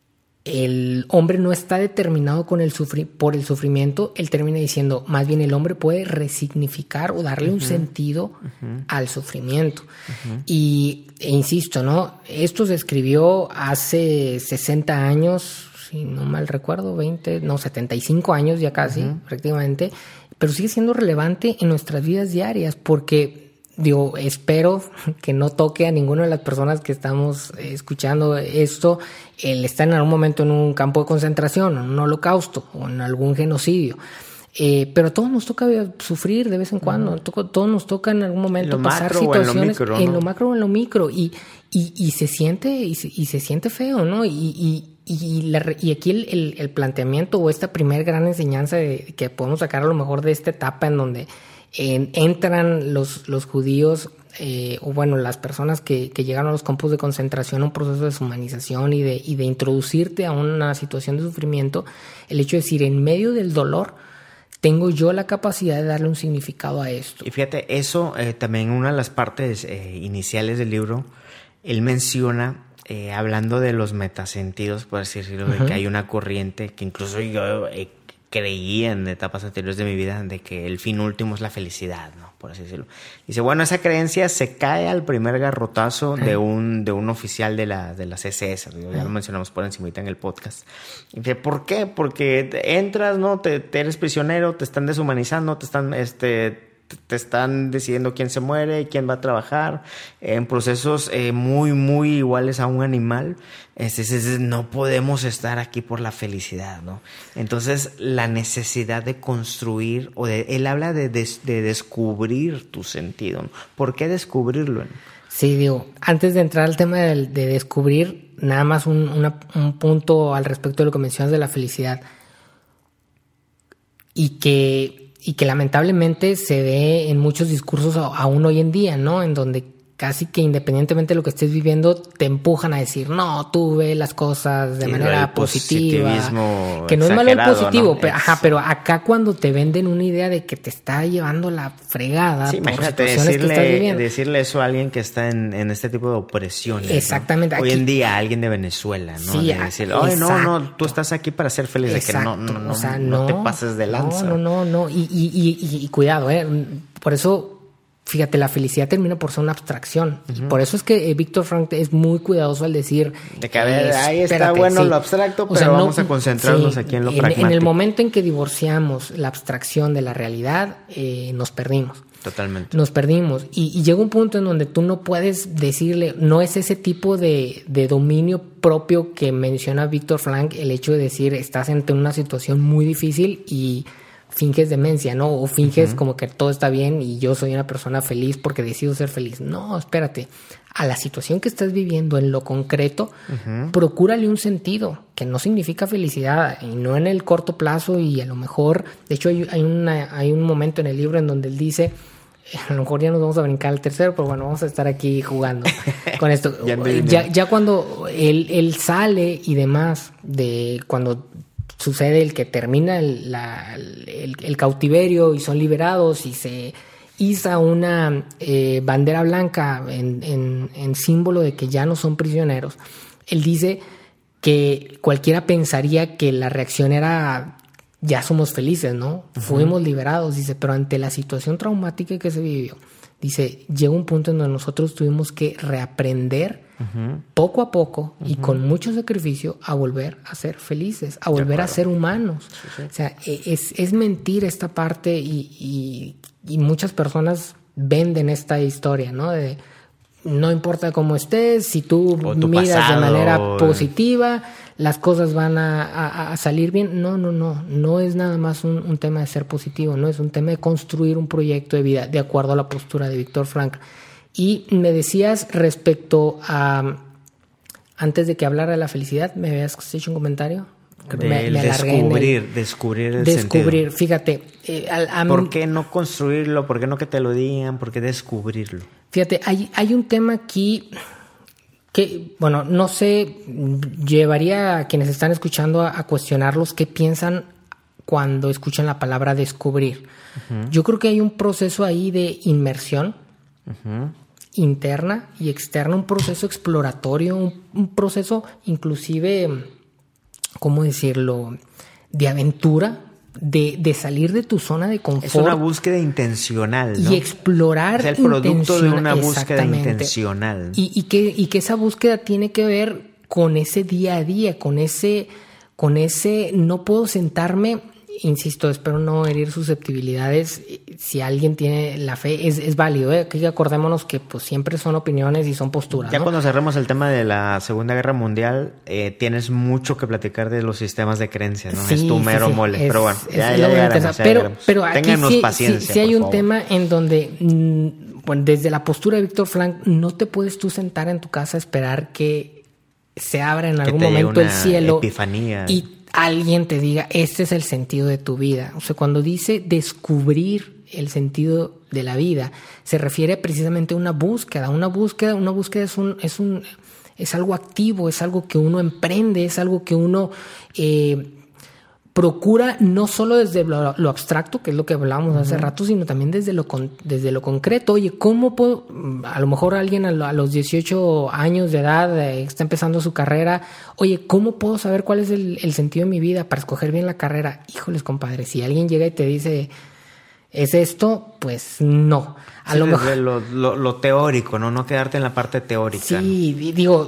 el hombre no está determinado con el sufri- por el sufrimiento, él termina diciendo, más bien el hombre puede resignificar o darle uh-huh. un sentido uh-huh. al sufrimiento. Uh-huh. Y e insisto, ¿no? Esto se escribió hace sesenta años, si no mal recuerdo, veinte, no, setenta y cinco años ya casi, uh-huh. prácticamente, pero sigue siendo relevante en nuestras vidas diarias porque... Digo, espero que no toque a ninguna de las personas que estamos escuchando esto el estar en algún momento en un campo de concentración, en un holocausto o en algún genocidio. Eh, pero a todos nos toca sufrir de vez en cuando, uh-huh. todos nos toca en algún momento pasar situaciones en lo, micro, ¿no? en lo macro o en lo micro y, y, y se siente y se, y se siente feo, ¿no? Y, y, y, la, y aquí el, el, el planteamiento o esta primer gran enseñanza de, que podemos sacar a lo mejor de esta etapa en donde En, entran los, los judíos, eh, o bueno, las personas que, que llegaron a los campos de concentración, un proceso de deshumanización y de, y de introducirte a una situación de sufrimiento, el hecho de decir, en medio del dolor, tengo yo la capacidad de darle un significado a esto. Y fíjate, eso eh, también en una de las partes eh, iniciales del libro, él menciona, eh, hablando de los metasentidos, por así decirlo, uh-huh. de que hay una corriente que incluso yo... Eh, creí en etapas anteriores de mi vida de que el fin último es la felicidad, ¿no? Por así decirlo. Dice, bueno, esa creencia se cae al primer garrotazo de un, de un oficial de la, de la C S S. Ya lo mencionamos por encimita en el podcast. Y dice, ¿por qué? Porque entras, ¿no? Te, te eres prisionero, te están deshumanizando, te están... este te están decidiendo quién se muere, quién va a trabajar, en procesos eh, muy, muy iguales a un animal. Entonces, no podemos estar aquí por la felicidad, ¿no? Entonces, la necesidad de construir, o de, él habla de, de, de descubrir tu sentido, ¿no? ¿Por qué descubrirlo? Sí, digo, antes de entrar al tema de, de descubrir, nada más un, una, un punto al respecto de lo que mencionas de la felicidad. Y que... y que lamentablemente se ve en muchos discursos aún hoy en día, ¿no? En donde casi que independientemente de lo que estés viviendo, te empujan a decir, no, tú ve las cosas de sí, manera positiva. Que no es malo el positivo, ¿no? Pero, ajá, pero acá cuando te venden una idea de que te está llevando la fregada sí, por situaciones decirle, que estás viviendo. Decirle eso a alguien que está en, en este tipo de opresiones. Exactamente. ¿No? Hoy aquí, en día, a alguien de Venezuela, ¿no? Sí, de decirle, oye, no, no, tú estás aquí para ser feliz, exacto, de que no, no, no, o sea, no, no te pases de lanza. No, no, no, no. Y, y, y, y, y cuidado, ¿eh? Por eso... Fíjate, la felicidad termina por ser una abstracción. Uh-huh. Por eso es que eh, Víctor Frank es muy cuidadoso al decir... De que a ver, eh, ahí está espérate, bueno sí. lo abstracto, pero o sea, no, vamos a concentrarnos sí, aquí en lo en, pragmático. En el momento en que divorciamos la abstracción de la realidad, eh, nos perdimos. Totalmente. Nos perdimos. Y, y llega un punto en donde tú no puedes decirle... No es ese tipo de, de dominio propio que menciona Víctor Frank, el hecho de decir, estás ante una situación muy difícil y... finges demencia, ¿no? O finges uh-huh. como que todo está bien y yo soy una persona feliz porque decido ser feliz. No, espérate. A la situación que estás viviendo en lo concreto, uh-huh. procúrale un sentido, que no significa felicidad, y no en el corto plazo, y a lo mejor, de hecho hay, hay, una, hay un momento en el libro en donde él dice, a lo mejor ya nos vamos a brincar al tercero, pero bueno, vamos a estar aquí jugando con esto. ya, ya, ya cuando él, él sale y demás, de cuando... sucede el que termina el, la, el, el cautiverio y son liberados y se iza una eh, bandera blanca en, en, en símbolo de que ya no son prisioneros. Él dice que cualquiera pensaría que la reacción era ya somos felices, ¿no? Uh-huh. Fuimos liberados, dice, pero ante la situación traumática que se vivió, dice, llega un punto en donde nosotros tuvimos que reaprender uh-huh. poco a poco uh-huh. y con mucho sacrificio a volver a ser felices, a volver a ser humanos. Sí, sí. O sea, es, es mentir esta parte y, y, y muchas personas venden esta historia, ¿no? De no importa cómo estés, si tú miras pasado. de manera positiva, las cosas van a, a, a salir bien. No, no, no. No es nada más un, un tema de ser positivo, no es un tema de construir un proyecto de vida de acuerdo a la postura de Víctor Frank. Y me decías respecto a... Antes de que hablara de la felicidad, ¿me habías hecho un comentario? De me, me descubrir, el, descubrir el descubrir, sentido. Fíjate. Eh, a, a ¿Por qué no construirlo? ¿Por qué no que te lo digan? ¿Por qué descubrirlo? Fíjate, hay, hay un tema aquí que, bueno, no sé, llevaría a quienes están escuchando a, a cuestionarlos qué piensan cuando escuchan la palabra descubrir. Uh-huh. Yo creo que hay un proceso ahí de inmersión uh-huh. interna y externa, un proceso exploratorio, un, un proceso inclusive, ¿cómo decirlo?, de aventura, de, de salir de tu zona de confort. Es una búsqueda intencional, ¿no? Y explorar. Es el producto de una búsqueda intencional. Y, y, que, y que esa búsqueda tiene que ver con ese día a día, con ese, con ese no puedo sentarme, insisto, espero no herir susceptibilidades. Si alguien tiene la fe, es, es válido, ¿eh? Aquí acordémonos que pues siempre son opiniones y son posturas, Ya ¿no? cuando cerremos el tema de la Segunda Guerra Mundial, eh, tienes mucho que platicar de los sistemas de creencias, ¿no? Sí, es tu mero sí, sí. mole, Es, pero bueno, es, ya, es ya lo llegaremos, interesante. ya Pero, llegaremos. pero aquí Téngannos sí, paciencia, sí, sí hay por un favor. tema en donde, mmm, bueno, desde la postura de Víctor Frank, no te puedes tú sentar en tu casa a esperar que se abra en Que algún te llegue momento el una cielo epifanía. y alguien te diga, este es el sentido de tu vida. O sea, cuando dice descubrir el sentido de la vida, se refiere precisamente a una búsqueda. Una búsqueda, una búsqueda es un, es un, es algo activo, es algo que uno emprende, es algo que uno eh, procura no solo desde lo, lo abstracto, que es lo que hablábamos hace uh-huh. rato, sino también desde lo, con, desde lo concreto. Oye, ¿cómo puedo? A lo mejor alguien a, lo, a los dieciocho años de edad eh, está empezando su carrera. Oye, ¿cómo puedo saber cuál es el, el sentido de mi vida para escoger bien la carrera? Híjoles, compadre, si alguien llega y te dice, ¿es esto? Pues no. A sí, lo mejor lo, lo, lo teórico, ¿no? No quedarte en la parte teórica. Sí, ¿no? Digo,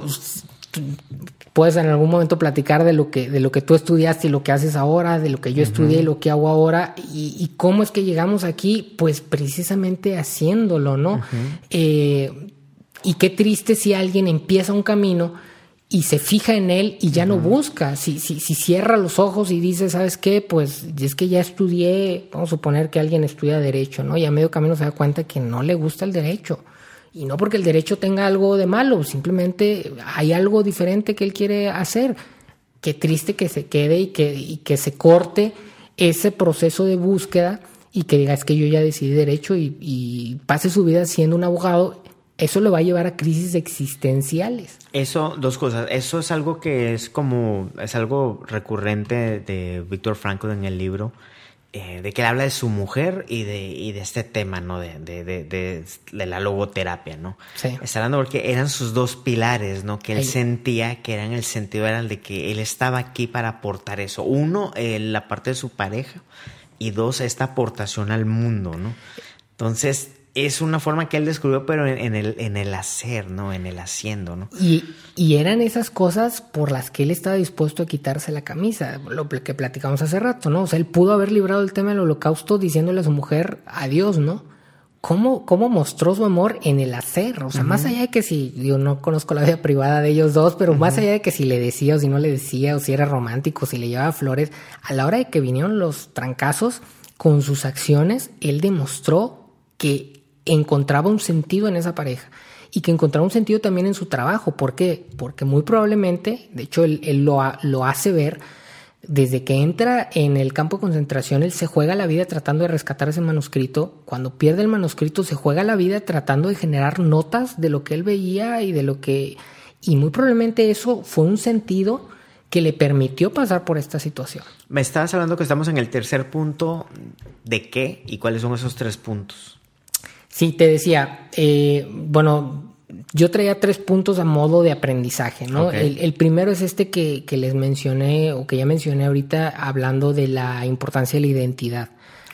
puedes en algún momento platicar de lo que de lo que tú estudiaste y lo que haces ahora, de lo que yo uh-huh. estudié y lo que hago ahora, y, y cómo es que llegamos aquí, pues precisamente haciéndolo, ¿no? Uh-huh. Eh, y qué triste si alguien empieza un camino y se fija en él y ya uh-huh. no busca. Si, si, si cierra los ojos y dice, ¿sabes qué? Pues es que ya estudié, vamos a suponer que alguien estudia Derecho, ¿no? Y a medio camino se da cuenta que no le gusta el Derecho. Y no porque el derecho tenga algo de malo, simplemente hay algo diferente que él quiere hacer. Qué triste que se quede y que, y que se corte ese proceso de búsqueda y que diga, es que yo ya decidí derecho y, y pase su vida siendo un abogado. Eso lo va a llevar a crisis existenciales. Eso, dos cosas. Eso es algo que es como, es algo recurrente de Víctor Frankl en el libro. Eh, de que él habla de su mujer y de, y de este tema, ¿no? De, de, de, de, de la logoterapia, ¿no? Sí. Está hablando porque eran sus dos pilares, ¿no? Que él Ay. sentía que eran el sentido, eran de que él estaba aquí para aportar eso. Uno, eh, la parte de su pareja, y dos, esta aportación al mundo, ¿no? Entonces, es una forma que él descubrió, pero en, en, el, en el hacer, ¿no? En el haciendo, ¿no? Y, y eran esas cosas por las que él estaba dispuesto a quitarse la camisa, lo que platicamos hace rato, ¿no? O sea, él pudo haber librado el tema del holocausto diciéndole a su mujer adiós, ¿no? ¿Cómo, cómo mostró su amor en el hacer? O sea, uh-huh. más allá de que si, yo no conozco la vida privada de ellos dos, pero uh-huh. más allá de que si le decía o si no le decía, o si era romántico, si le llevaba flores, a la hora de que vinieron los trancazos, con sus acciones, él demostró que encontraba un sentido en esa pareja y que encontraba un sentido también en su trabajo. ¿Por qué? Porque muy probablemente, de hecho él, él lo, ha, lo hace ver, desde que entra en el campo de concentración, él se juega la vida tratando de rescatar ese manuscrito. Cuando pierde el manuscrito, se juega la vida tratando de generar notas de lo que él veía y de lo que... Y muy probablemente eso fue un sentido que le permitió pasar por esta situación. Me estabas hablando que estamos en el tercer punto. ¿De qué? ¿Y cuáles son esos tres puntos? Sí, te decía, eh, bueno, yo traía tres puntos a modo de aprendizaje, ¿no? Okay. El, el primero es este que, que les mencioné o que ya mencioné ahorita hablando de la importancia de la identidad,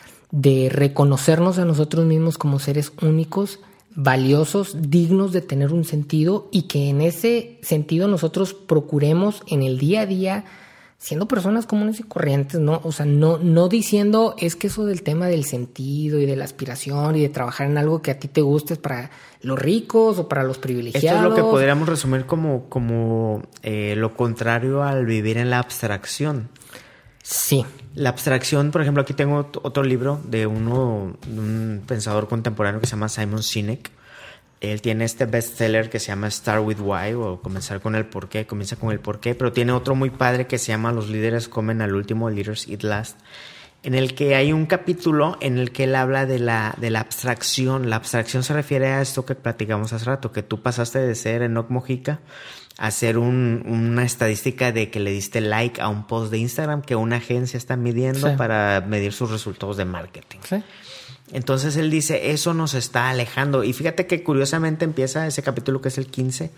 de reconocernos a nosotros mismos como seres únicos, valiosos, dignos de tener un sentido y que en ese sentido nosotros procuremos en el día a día siendo personas comunes y corrientes, ¿no? O sea, no, no diciendo es que eso del tema del sentido y de la aspiración y de trabajar en algo que a ti te guste es para los ricos o para los privilegiados. Esto es lo que podríamos resumir como, como eh, lo contrario al vivir en la abstracción. Sí. La abstracción, por ejemplo, aquí tengo otro libro de uno, de un pensador contemporáneo que se llama Simon Sinek. Él tiene este bestseller que se llama Start with Why, o comenzar con el porqué, comienza con el porqué, pero tiene otro muy padre que se llama Los líderes comen al último, Leaders Eat Last, en el que hay un capítulo en el que él habla de la, de la abstracción. La abstracción se refiere a esto que platicamos hace rato, que tú pasaste de ser Enoch Mojica hacer un, una estadística de que le diste like a un post de Instagram que una agencia está midiendo sí. para medir sus resultados de marketing. Sí. Entonces él dice, eso nos está alejando. Y fíjate que curiosamente empieza ese capítulo que es el quince.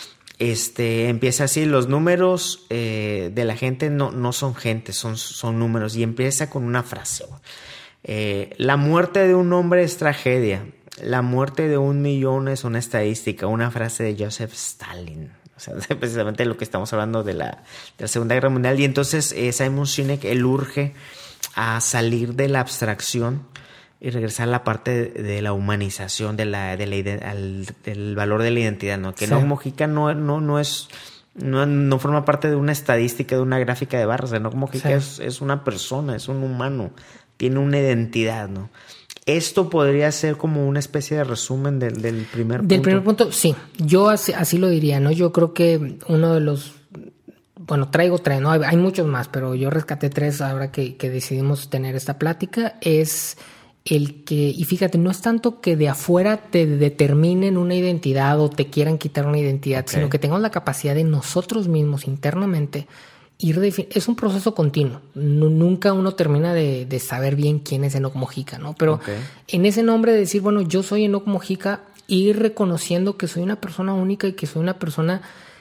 Este, empieza así, los números eh, de la gente no, no son gente, son, son números. Y empieza con una frase. Eh, la muerte de un hombre es tragedia. La muerte de un millón es una estadística. Una frase de Joseph Stalin. O sea, precisamente lo que estamos hablando de la, de la Segunda Guerra Mundial. Y entonces eh, Simon Sinek, él urge a salir de la abstracción y regresar a la parte de, de la humanización, de la, de la, al, del valor de la identidad, ¿no? Que sí. Enoch Mojica no, no, no es... No, no forma parte de una estadística, de una gráfica de barras. Enoch Mojica sí. es, es una persona, es un humano. Tiene una identidad, ¿no? Esto podría ser como una especie de resumen del, del primer punto. Del primer punto, sí. Yo así, así lo diría, ¿no? Yo creo que uno de los... Bueno, traigo tres, ¿no? Hay, hay muchos más, pero yo rescaté tres ahora que, que decidimos tener esta plática. Es el que... Y fíjate, no es tanto que de afuera te determinen una identidad o te quieran quitar una identidad, okay. sino que tengamos la capacidad de nosotros mismos internamente... Ir defin- es un proceso continuo. No, nunca uno termina de, de saber bien quién es Enoch Mojica, ¿no? Pero okay. en ese nombre de decir, bueno, yo soy Enoch Mojica, ir reconociendo que soy una persona única y que soy una persona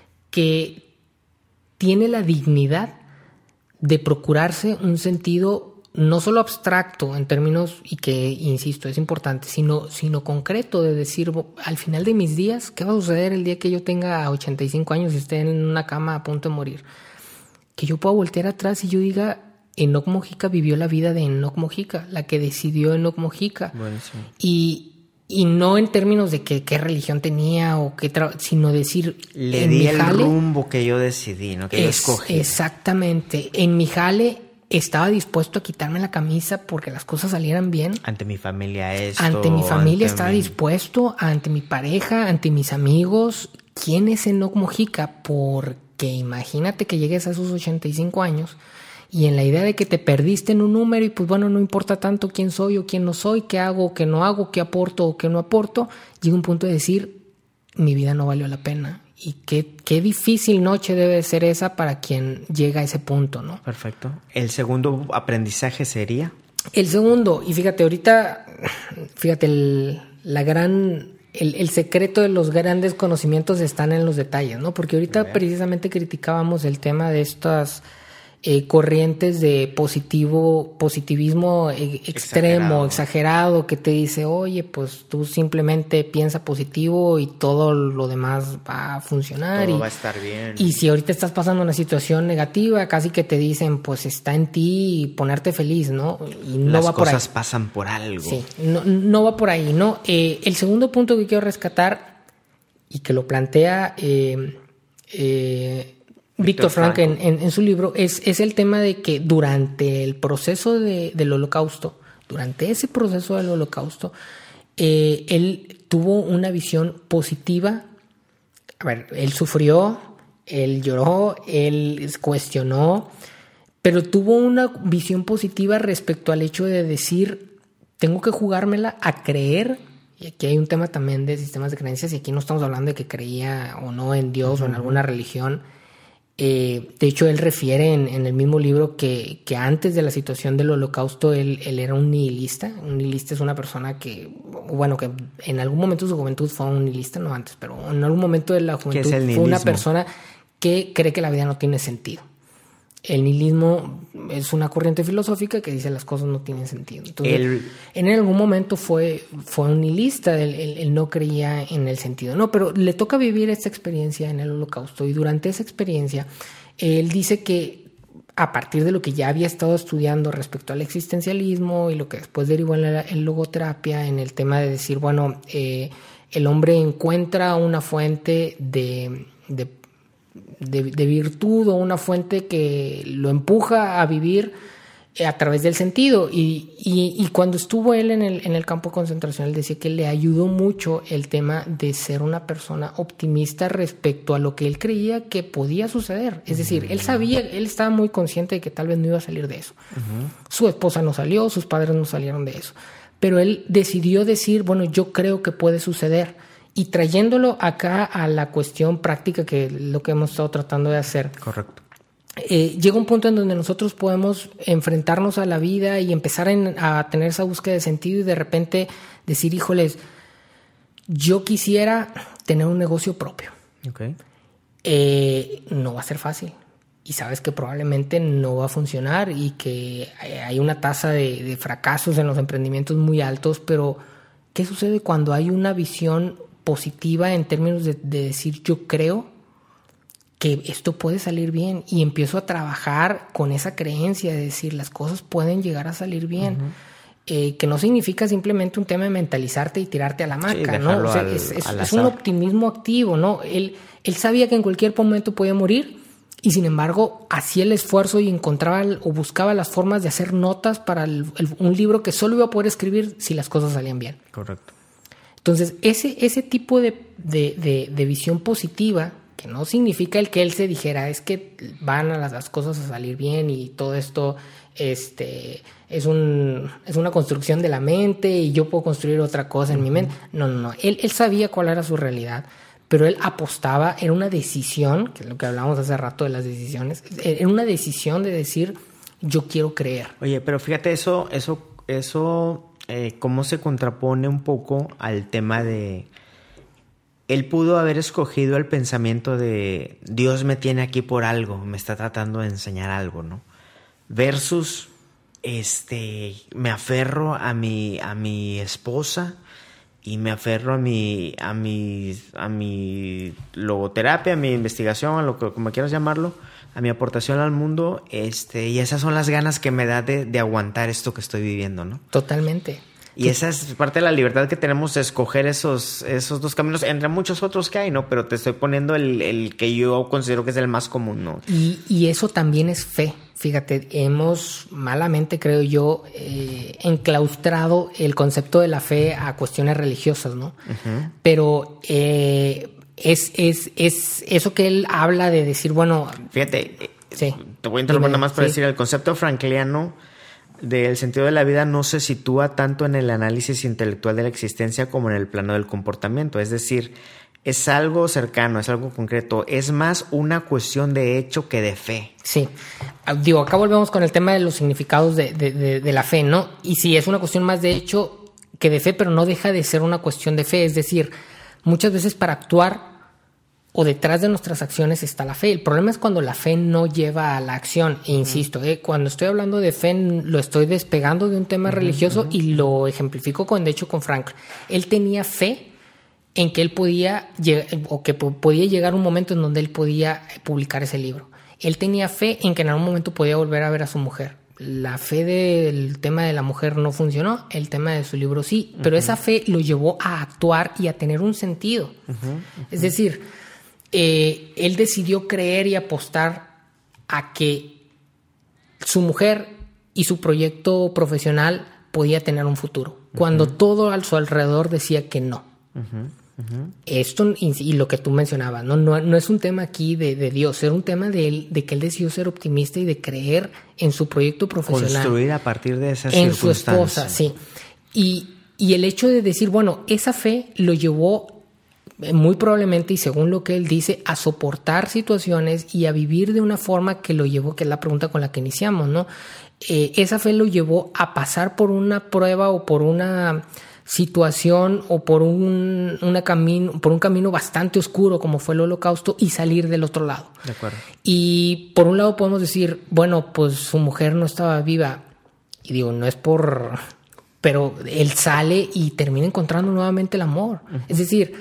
que tiene la dignidad de procurarse un sentido no solo abstracto en términos, y que, insisto, es importante, sino, sino concreto, de decir, al final de mis días, ¿qué va a suceder el día que yo tenga ochenta y cinco años y esté en una cama a punto de morir? Que yo pueda voltear atrás y yo diga, Enoch Mojica vivió la vida de Enoch Mojica, la que decidió Enoch Mojica. Buenísimo. Y, y no en términos de que, qué religión tenía o qué tra- sino decir... Le di el jale, rumbo que yo decidí, ¿no? Que es, yo escogí. Exactamente. En mi jale estaba dispuesto a quitarme la camisa porque las cosas salieran bien. Ante mi familia esto. Ante mi familia ante estaba mi... dispuesto, ante mi pareja, ante mis amigos. ¿Quién es Enoch Mojica? Porque... Que imagínate que llegues a esos ochenta y cinco años y en la idea de que te perdiste en un número y pues bueno, no importa tanto quién soy o quién no soy, qué hago o qué no hago, qué aporto o qué no aporto, llega un punto de decir, mi vida no valió la pena. Y qué, qué difícil noche debe ser esa para quien llega a ese punto, ¿no? Perfecto. ¿El segundo aprendizaje sería? El segundo, y fíjate, ahorita, fíjate, el, la gran... El, el secreto de los grandes conocimientos están en los detalles, ¿no? Porque ahorita precisamente criticábamos el tema de estas eh, corrientes de positivo, positivismo e- extremo, exagerado. exagerado, que te dice, oye, pues tú simplemente piensa positivo y todo lo demás va a funcionar. Todo y, va a estar bien. Y si ahorita estás pasando una situación negativa, casi que te dicen, pues está en ti ponerte feliz, ¿no? Y no Las va por ahí. Las cosas pasan por algo. Sí, no, no va por ahí, ¿no? Eh, el segundo punto que quiero rescatar y que lo plantea eh, eh, Víctor Frank en, en, en su libro es, es el tema de que durante el proceso de, del holocausto, durante ese proceso del holocausto, eh, él tuvo una visión positiva. A ver, él sufrió, él lloró, él cuestionó, pero tuvo una visión positiva respecto al hecho de decir, tengo que jugármela a creer. Y aquí hay un tema también de sistemas de creencias, y aquí no estamos hablando de que creía o no en Dios uh-huh. o en alguna religión. Eh, de hecho, él refiere en, en el mismo libro que, que antes de la situación del holocausto él, él era un nihilista. Un nihilista es una persona que, bueno, que en algún momento de su juventud fue un nihilista, no antes, pero en algún momento de la juventud fue una persona que cree que la vida no tiene sentido. El nihilismo es una corriente filosófica que dice las cosas no tienen sentido. Entonces, el... en algún momento fue, fue un nihilista, él, él, él no creía en el sentido. No, pero le toca vivir esta experiencia en el holocausto, y durante esa experiencia él dice que a partir de lo que ya había estado estudiando respecto al existencialismo y lo que después derivó en la en logoterapia, en el tema de decir, bueno, eh, el hombre encuentra una fuente de... de De, de virtud o una fuente que lo empuja a vivir a través del sentido. Y, y, y cuando estuvo él en el, en el campo de concentración, él decía que le ayudó mucho el tema de ser una persona optimista respecto a lo que él creía que podía suceder. Es decir, él sabía, él estaba muy consciente de que tal vez no iba a salir de eso. Uh-huh. Su esposa no salió, sus padres no salieron de eso. Pero él decidió decir, bueno, yo creo que puede suceder. Y trayéndolo acá a la cuestión práctica, que es lo que hemos estado tratando de hacer. Correcto. Eh, llega un punto en donde nosotros podemos enfrentarnos a la vida y empezar en, a tener esa búsqueda de sentido y de repente decir, híjoles, yo quisiera tener un negocio propio. Okay. Eh, no va a ser fácil. Y sabes que probablemente no va a funcionar y que hay una tasa de, de fracasos en los emprendimientos muy altos, pero ¿qué sucede cuando hay una visión positiva en términos de, de decir yo creo que esto puede salir bien y empiezo a trabajar con esa creencia de decir las cosas pueden llegar a salir bien? Uh-huh. Eh, que no significa simplemente un tema de mentalizarte y tirarte a la hamaca, sí, ¿no? O sea, al, es, es, es un optimismo activo, ¿no? Él, él sabía que en cualquier momento podía morir y sin embargo hacía el esfuerzo y encontraba o buscaba las formas de hacer notas para el, el, un libro que solo iba a poder escribir si las cosas salían bien. Correcto. Entonces, ese, ese tipo de, de, de, de visión positiva, que no significa el que él se dijera, es que van a las, las cosas a salir bien y todo esto este, es, un, es una construcción de la mente y yo puedo construir otra cosa en uh-huh. mi mente. No, no, no. Él, él sabía cuál era su realidad, pero él apostaba, era una decisión, que es lo que hablábamos hace rato de las decisiones, era una decisión de decir, yo quiero creer. Oye, pero fíjate, eso, eso, eso... Eh, cómo se contrapone un poco al tema de... Él pudo haber escogido el pensamiento de Dios me tiene aquí por algo, me está tratando de enseñar algo, ¿no? Versus, este, me aferro a mi, a mi esposa y me aferro a mi, a mi, a mi logoterapia, a mi investigación, a lo que como quieras llamarlo, a mi aportación al mundo, este, y esas son las ganas que me da de, de aguantar esto que estoy viviendo, ¿no? Totalmente. Y esa es parte de la libertad que tenemos de escoger esos, esos dos caminos, entre muchos otros que hay, ¿no? Pero te estoy poniendo el, el que yo considero que es el más común, ¿no? Y, y eso también es fe. Fíjate, hemos malamente, creo yo, eh, enclaustrado el concepto de la fe a cuestiones religiosas, ¿no? Uh-huh. Pero... Eh, Es, es, es eso que él habla de decir, bueno... Fíjate, sí, te voy a interrumpir nada más para sí. decir, el concepto frankliano del sentido de la vida no se sitúa tanto en el análisis intelectual de la existencia como en el plano del comportamiento. Es decir, es algo cercano, es algo concreto. Es más una cuestión de hecho que de fe. Sí. Digo, acá volvemos con el tema de los significados de, de, de, de la fe, ¿no? Y sí, es una cuestión más de hecho que de fe, pero no deja de ser una cuestión de fe. Es decir... Muchas veces para actuar o detrás de nuestras acciones está la fe. El problema es cuando la fe no lleva a la acción. E insisto, eh, cuando estoy hablando de fe lo estoy despegando de un tema uh-huh, religioso uh-huh. y lo ejemplifico con, de hecho, con Frank. Él tenía fe en que él podía o que podía llegar un momento en donde él podía publicar ese libro. Él tenía fe en que en algún momento podía volver a ver a su mujer. La fe del tema de la mujer no funcionó, el tema de su libro sí, uh-huh. pero esa fe lo llevó a actuar y a tener un sentido. Uh-huh, uh-huh. Es decir, eh, él decidió creer y apostar a que su mujer y su proyecto profesional podía tener un futuro, uh-huh. cuando todo a su alrededor decía que no. Uh-huh. Uh-huh. Esto y lo que tú mencionabas, no, no, no es un tema aquí de, de Dios, era un tema de él, de que él decidió ser optimista y de creer en su proyecto profesional, construir a partir de esas en circunstancias. su esposa, sí. Y, y el hecho de decir, bueno, esa fe lo llevó muy probablemente, y según lo que él dice, a soportar situaciones y a vivir de una forma que lo llevó, que es la pregunta con la que iniciamos, ¿no? Eh, esa fe lo llevó a pasar por una prueba o por una situación o por un, una camino, por un camino bastante oscuro como fue el Holocausto y salir del otro lado. De acuerdo. Y por un lado podemos decir, bueno, pues su mujer no estaba viva. Y digo, no es por... Pero él sale y termina encontrando nuevamente el amor. Uh-huh. Es decir,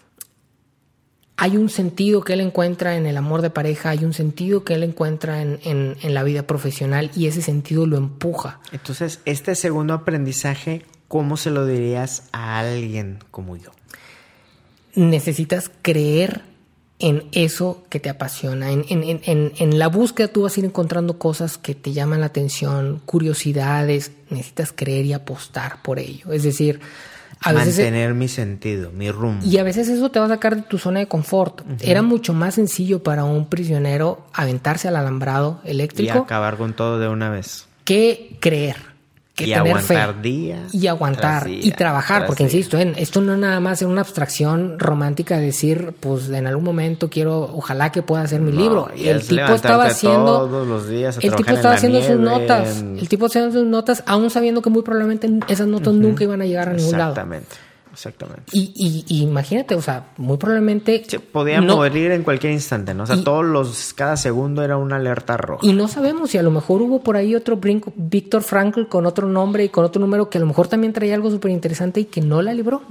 hay un sentido que él encuentra en el amor de pareja, hay un sentido que él encuentra en, en, en la vida profesional y ese sentido lo empuja. Entonces, este segundo aprendizaje, ¿cómo se lo dirías a alguien como yo? Necesitas creer en eso que te apasiona. En, en, en, en la búsqueda tú vas a ir encontrando cosas que te llaman la atención, curiosidades. Necesitas creer y apostar por ello. Es decir, a veces... Mantener mi sentido, mi rumbo. Y a veces eso te va a sacar de tu zona de confort. Uh-huh. Era mucho más sencillo para un prisionero aventarse al alambrado eléctrico. Y acabar con todo de una vez. Que creer. que y tener fe. aguantar día Y aguantar tras día, y trabajar, tras porque día. insisto, en, esto no nada más es una abstracción romántica de decir, pues en algún momento quiero, ojalá que pueda hacer mi No, libro. y El es tipo estaba levantarte haciendo... todos los días a El tipo trabajar en estaba la haciendo sus nieve, notas. en- El tipo estaba haciendo sus notas, aún sabiendo que muy probablemente esas notas nunca iban a llegar a ningún lado. Exactamente, exactamente. Y, y, y imagínate, o sea, muy probablemente... Sí, podía no- morir en cualquier instante, ¿no? O sea, Y- todos los, cada segundo era una alerta roja. Y no sabemos si a lo mejor hubo por ahí otro Brinco- Víctor Frankl con otro nombre y con otro número que a lo mejor también traía algo súper interesante y que no la libró.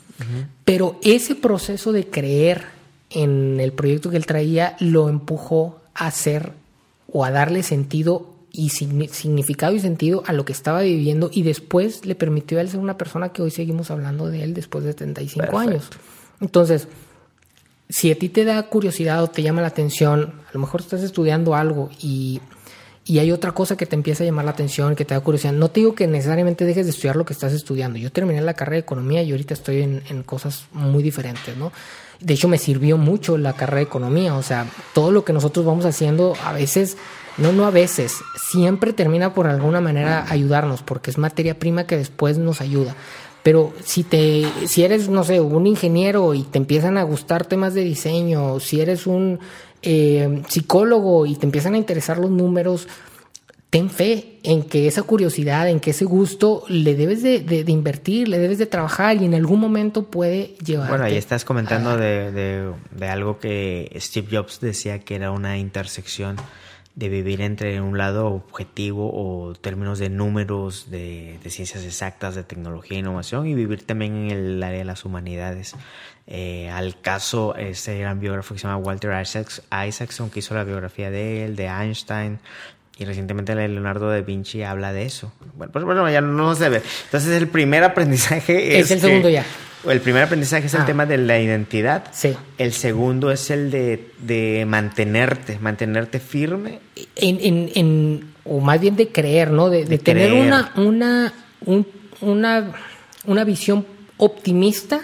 Pero ese proceso de creer en el proyecto que él traía lo empujó a hacer o a darle sentido y signi- significado y sentido a lo que estaba viviendo, y después le permitió a él ser una persona que hoy seguimos hablando de él después de setenta y cinco años. Entonces, si a ti te da curiosidad o te llama la atención, a lo mejor estás estudiando algo y, y hay otra cosa que te empieza a llamar la atención, que te da curiosidad. No te digo que necesariamente dejes de estudiar lo que estás estudiando. Yo terminé la carrera de economía y ahorita estoy en, en cosas muy diferentes, ¿no? De hecho, me sirvió mucho la carrera de economía. O sea, todo lo que nosotros vamos haciendo a veces, no, no a veces, siempre termina por alguna manera ayudarnos, porque es materia prima que después nos ayuda. Pero si te, si eres, no sé, un ingeniero y te empiezan a gustar temas de diseño, si eres un eh, psicólogo y te empiezan a interesar los números, ten fe en que esa curiosidad, en que ese gusto le debes de, de, de invertir, le debes de trabajar, y en algún momento puede llevarte. Bueno, ahí estás comentando a- de, de, de algo que Steve Jobs decía que era una intersección de vivir entre un lado objetivo o términos de números, de, de ciencias exactas, de tecnología e innovación, y vivir también en el área de las humanidades. Eh, al caso, este gran biógrafo que se llama Walter Isaacs, Isaacson, que hizo la biografía de él, de Einstein, y recientemente Leonardo da Vinci habla de eso. Bueno, pues bueno, ya no se ve. Entonces el primer aprendizaje es... Es el que- segundo ya. El primer aprendizaje es el Ah. tema de la identidad. Sí. El segundo es el de, de mantenerte, mantenerte firme. En, en, en, o más bien de creer, ¿no? De, de De tener creer. una, una, un- una, una visión optimista.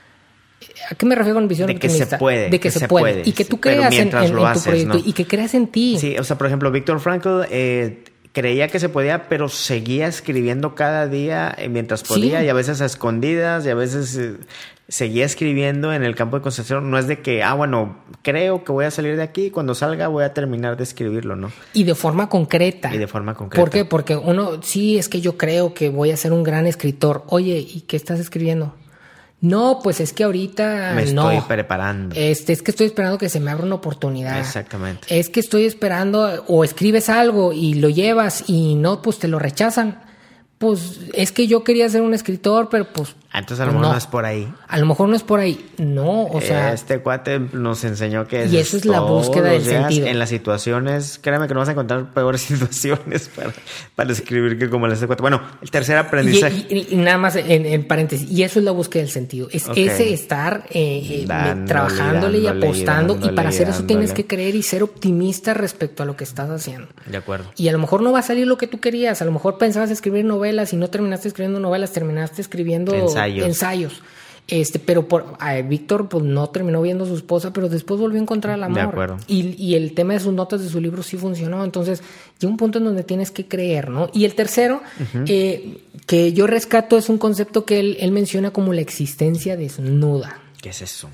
¿A qué me refiero con visión De que optimista? se puede, De que, que se, se puede. puede, Y que tú sí, pero creas en, mientras en- lo en tu haces, proyecto, ¿no? y que creas en ti. Sí, o sea, por ejemplo, Víctor Frankl eh, creía que se podía, pero seguía escribiendo cada día eh, mientras podía, Sí. y a veces a escondidas, y a veces eh, seguía escribiendo en el campo de concentración. No es de que, ah, bueno, creo que voy a salir de aquí y cuando salga voy a terminar de escribirlo, ¿no? Y de forma concreta. Y de forma concreta. ¿Por qué? Porque uno, sí, es que yo creo que voy a ser un gran escritor. Oye, ¿y qué estás escribiendo? No, pues es que ahorita Me no. estoy preparando. Este, es que estoy esperando que se me abra una oportunidad. Exactamente. Es que estoy esperando, o escribes algo y lo llevas y no, pues te lo rechazan. Pues es que yo quería ser un escritor, pero pues... Entonces a lo pues mejor no es por ahí. A lo mejor no es por ahí. No, o sea... Este cuate nos enseñó que Y eso es la todos búsqueda los del días, sentido. En las situaciones, créeme que no vas a encontrar peores situaciones para, para escribir que como las de este cuate. Bueno, el tercer Y, aprendizaje. y- y nada más en, en paréntesis, y eso es la búsqueda del sentido. Es Ok. ese estar eh, eh, Dándole, trabajándole y dándole, apostando. dándole, y para hacer eso tienes dándole. que creer y ser optimista respecto a lo que estás haciendo. De acuerdo. Y a lo mejor no va a salir lo que tú querías. A lo mejor pensabas escribir novelas y no terminaste escribiendo novelas, terminaste escribiendo Ensayos. ensayos. Este, pero por a Víctor pues no terminó viendo a su esposa, pero después volvió a encontrar el amor. De acuerdo. Y, y el tema de sus notas de su libro sí funcionó. Entonces llega un punto en donde tienes que creer, ¿no? Y el tercero, eh, que yo rescato, es un concepto que él, él menciona como la existencia desnuda. ¿Qué es eso?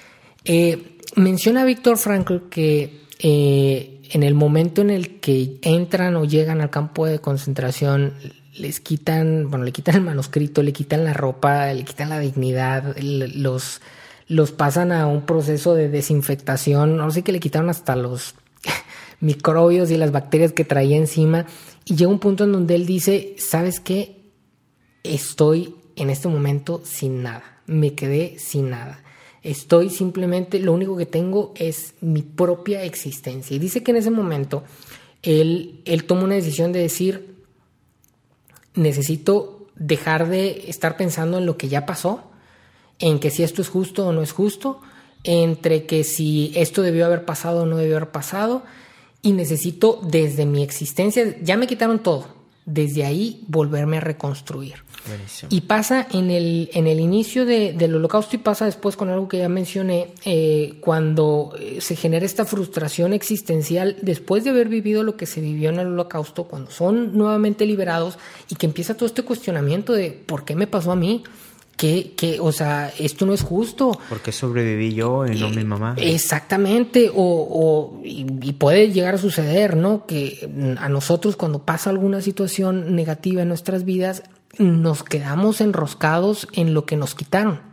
Eh, menciona Víctor Frankl que eh, en el momento en el que entran o llegan al campo de concentración, les quitan, bueno, le quitan el manuscrito, le quitan la ropa, le quitan la dignidad, el- los, los pasan a un proceso de desinfectación. No sé, que le quitaron hasta los microbios y las bacterias que traía encima. Y llega un punto en donde él dice, ¿sabes qué? Estoy en este momento sin nada. Me quedé sin nada. Estoy simplemente, lo único que tengo es mi propia existencia. Y dice que en ese momento él, él toma una decisión de decir, necesito dejar de estar pensando en lo que ya pasó, en que si esto es justo o no es justo, entre que si esto debió haber pasado o no debió haber pasado, y necesito desde mi existencia, ya me quitaron todo, desde ahí volverme a reconstruir. Buenísimo. Y pasa en el, en el inicio de, del holocausto y pasa después con algo que ya mencioné, eh, cuando se genera esta frustración existencial después de haber vivido lo que se vivió en el holocausto, cuando son nuevamente liberados y que empieza todo este cuestionamiento de ¿por qué me pasó a mí? Que, que, o sea, esto no es justo. ¿Por qué sobreviví yo y no mi mamá? Exactamente, o, o y, y puede llegar a suceder, ¿no? Que a nosotros cuando pasa alguna situación negativa en nuestras vidas, nos quedamos enroscados en lo que nos quitaron.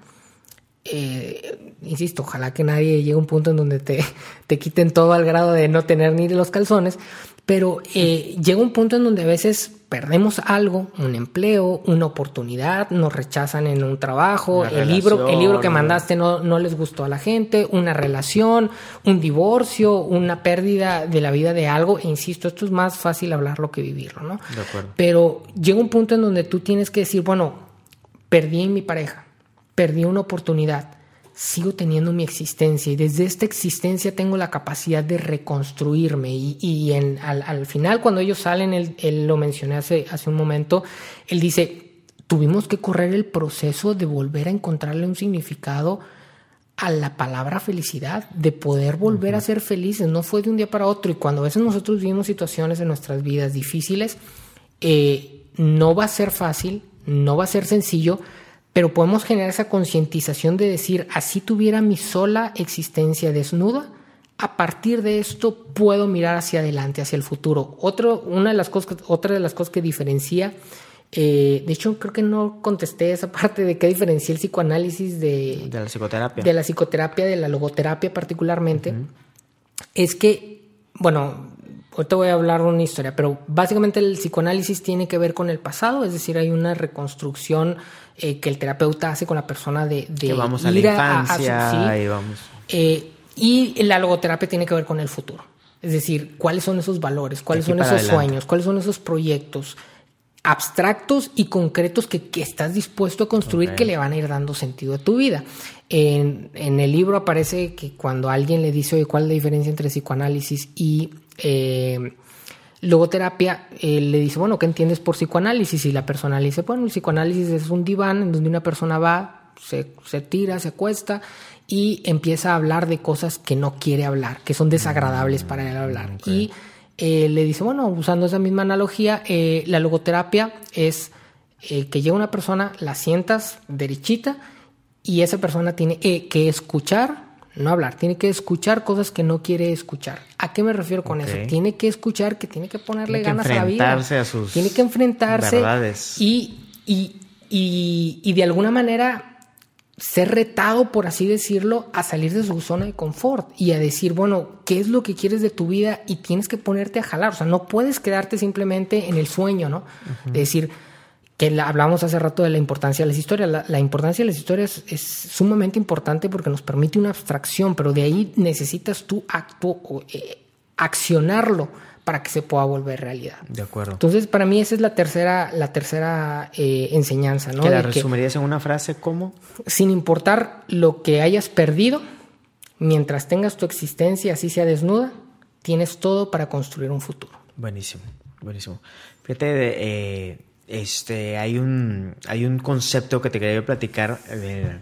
Eh, insisto, ojalá que nadie llegue a un punto en donde te, te quiten todo al grado de no tener ni los calzones, pero eh, llega un punto en donde a veces perdemos algo, un empleo, una oportunidad, nos rechazan en un trabajo, una el relación, libro, el libro que mandaste no, no les gustó a la gente, una relación, un divorcio, una pérdida de la vida de algo. E insisto, esto es más fácil hablarlo que vivirlo, ¿no? De acuerdo. Pero llega un punto en donde tú tienes que decir, bueno, perdí en mi pareja, perdí una oportunidad, sigo teniendo mi existencia y desde esta existencia tengo la capacidad de reconstruirme y, y en, al, al final cuando ellos salen, él, él lo mencioné hace, hace un momento, él dice, tuvimos que correr el proceso de volver a encontrarle un significado a la palabra felicidad, de poder volver uh-huh. a ser felices, no fue de un día para otro. Y cuando a veces nosotros vivimos situaciones en nuestras vidas difíciles, eh, no va a ser fácil, no va a ser sencillo, pero podemos generar esa concientización de decir, así tuviera mi sola existencia desnuda, a partir de esto puedo mirar hacia adelante, hacia el futuro. Otro, una de las cosas, otra de las cosas que diferencia, eh, de hecho creo que no contesté esa parte de qué diferencia el psicoanálisis de, de la psicoterapia, de la psicoterapia, de la logoterapia particularmente, uh-huh. es que, bueno, ahorita voy a hablar de una historia, pero básicamente el psicoanálisis tiene que ver con el pasado, es decir, hay una reconstrucción eh, que el terapeuta hace con la persona de, de que vamos a la infancia a, a su, sí, y vamos. Eh, y la logoterapia tiene que ver con el futuro, es decir, cuáles son esos valores, cuáles son esos adelante. sueños, cuáles son esos proyectos abstractos y concretos que, que estás dispuesto a construir, okay. que le van a ir dando sentido a tu vida. En, en el libro aparece que cuando alguien le dice, oye, ¿cuál es la diferencia entre psicoanálisis y eh, logoterapia? Eh, le dice, bueno, ¿qué entiendes por psicoanálisis? Y la persona le dice, bueno, el psicoanálisis es un diván en donde una persona va, se, se tira, se acuesta y empieza a hablar de cosas que no quiere hablar, que son desagradables para él hablar. Okay. Y eh, le dice, bueno, usando esa misma analogía, eh, la logoterapia es eh, que llega una persona, la sientas derechita y esa persona tiene eh, que escuchar, no hablar, tiene que escuchar cosas que no quiere escuchar. ¿A qué me refiero con okay. eso? Tiene que escuchar que tiene que ponerle tiene ganas que a la vida. A sus tiene que enfrentarse verdades. Y, y, y, y de alguna manera ser retado, por así decirlo, a salir de su zona de confort y a decir, bueno, ¿qué es lo que quieres de tu vida? Y tienes que ponerte a jalar. O sea, no puedes quedarte simplemente en el sueño, ¿no? Uh-huh. De decir, que la, hablamos hace rato de la importancia de las historias. La, la importancia de las historias es sumamente importante porque nos permite una abstracción, pero de ahí necesitas tú acto, eh, accionarlo para que se pueda volver realidad. De acuerdo. Entonces, para mí esa es la tercera, la tercera eh, enseñanza, ¿no? ¿Que la resumirías en una frase cómo? Sin importar lo que hayas perdido, mientras tengas tu existencia, así sea desnuda, tienes todo para construir un futuro. Buenísimo, buenísimo. Fíjate, eh, este, hay un, hay un concepto que te quería platicar, eh,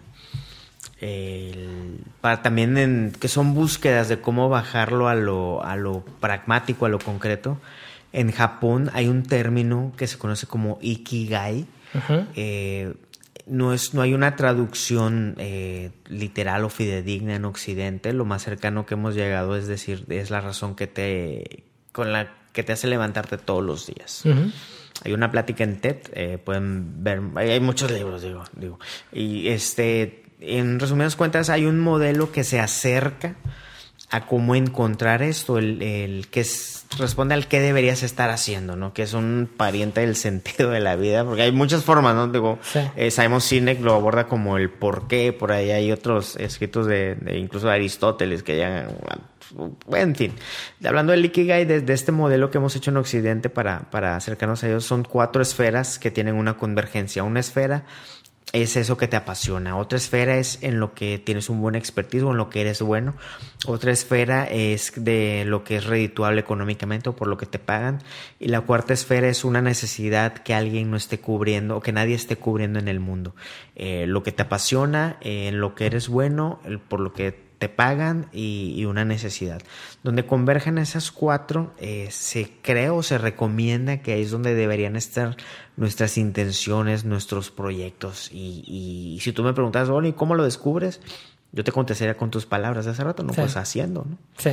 el, para también en, que son búsquedas de cómo bajarlo a lo, a lo pragmático, a lo concreto. En Japón hay un término que se conoce como Ikigai. Uh-huh. Eh, no, es, no hay una traducción eh, literal o fidedigna en Occidente. Lo más cercano que hemos llegado es decir, es la razón que te, con la que te hace levantarte todos los días. Uh-huh. Hay una plática en TED, eh, pueden ver, hay, hay muchos libros, digo, digo, y este, en resumidas cuentas, hay un modelo que se acerca a cómo encontrar esto, el, el que es, responde al qué deberías estar haciendo, ¿no? Que es un pariente del sentido de la vida, porque hay muchas formas, ¿no? Digo, sí. eh, Simon Sinek lo aborda como el por qué, por ahí hay otros escritos de, de incluso de Aristóteles que ya, en fin, hablando del Ikigai, de, de este modelo que hemos hecho en Occidente para, para acercarnos a ellos, son cuatro esferas que tienen una convergencia. Una esfera es eso que te apasiona. Otra esfera es en lo que tienes un buen expertise o en lo que eres bueno. Otra esfera es de lo que es redituable económicamente o por lo que te pagan. Y la cuarta esfera es una necesidad que alguien no esté cubriendo o que nadie esté cubriendo en el mundo. Eh, lo que te apasiona, eh, en lo que eres bueno, el, por lo que te pagan y, y una necesidad. Donde convergen esas cuatro, eh, se cree o se recomienda que ahí es donde deberían estar nuestras intenciones, nuestros proyectos. Y, y, y si tú me preguntas, bueno, ¿y cómo lo descubres? Yo te contestaría con tus palabras de hace rato, ¿no? Sí. Pues haciendo, ¿no? Sí.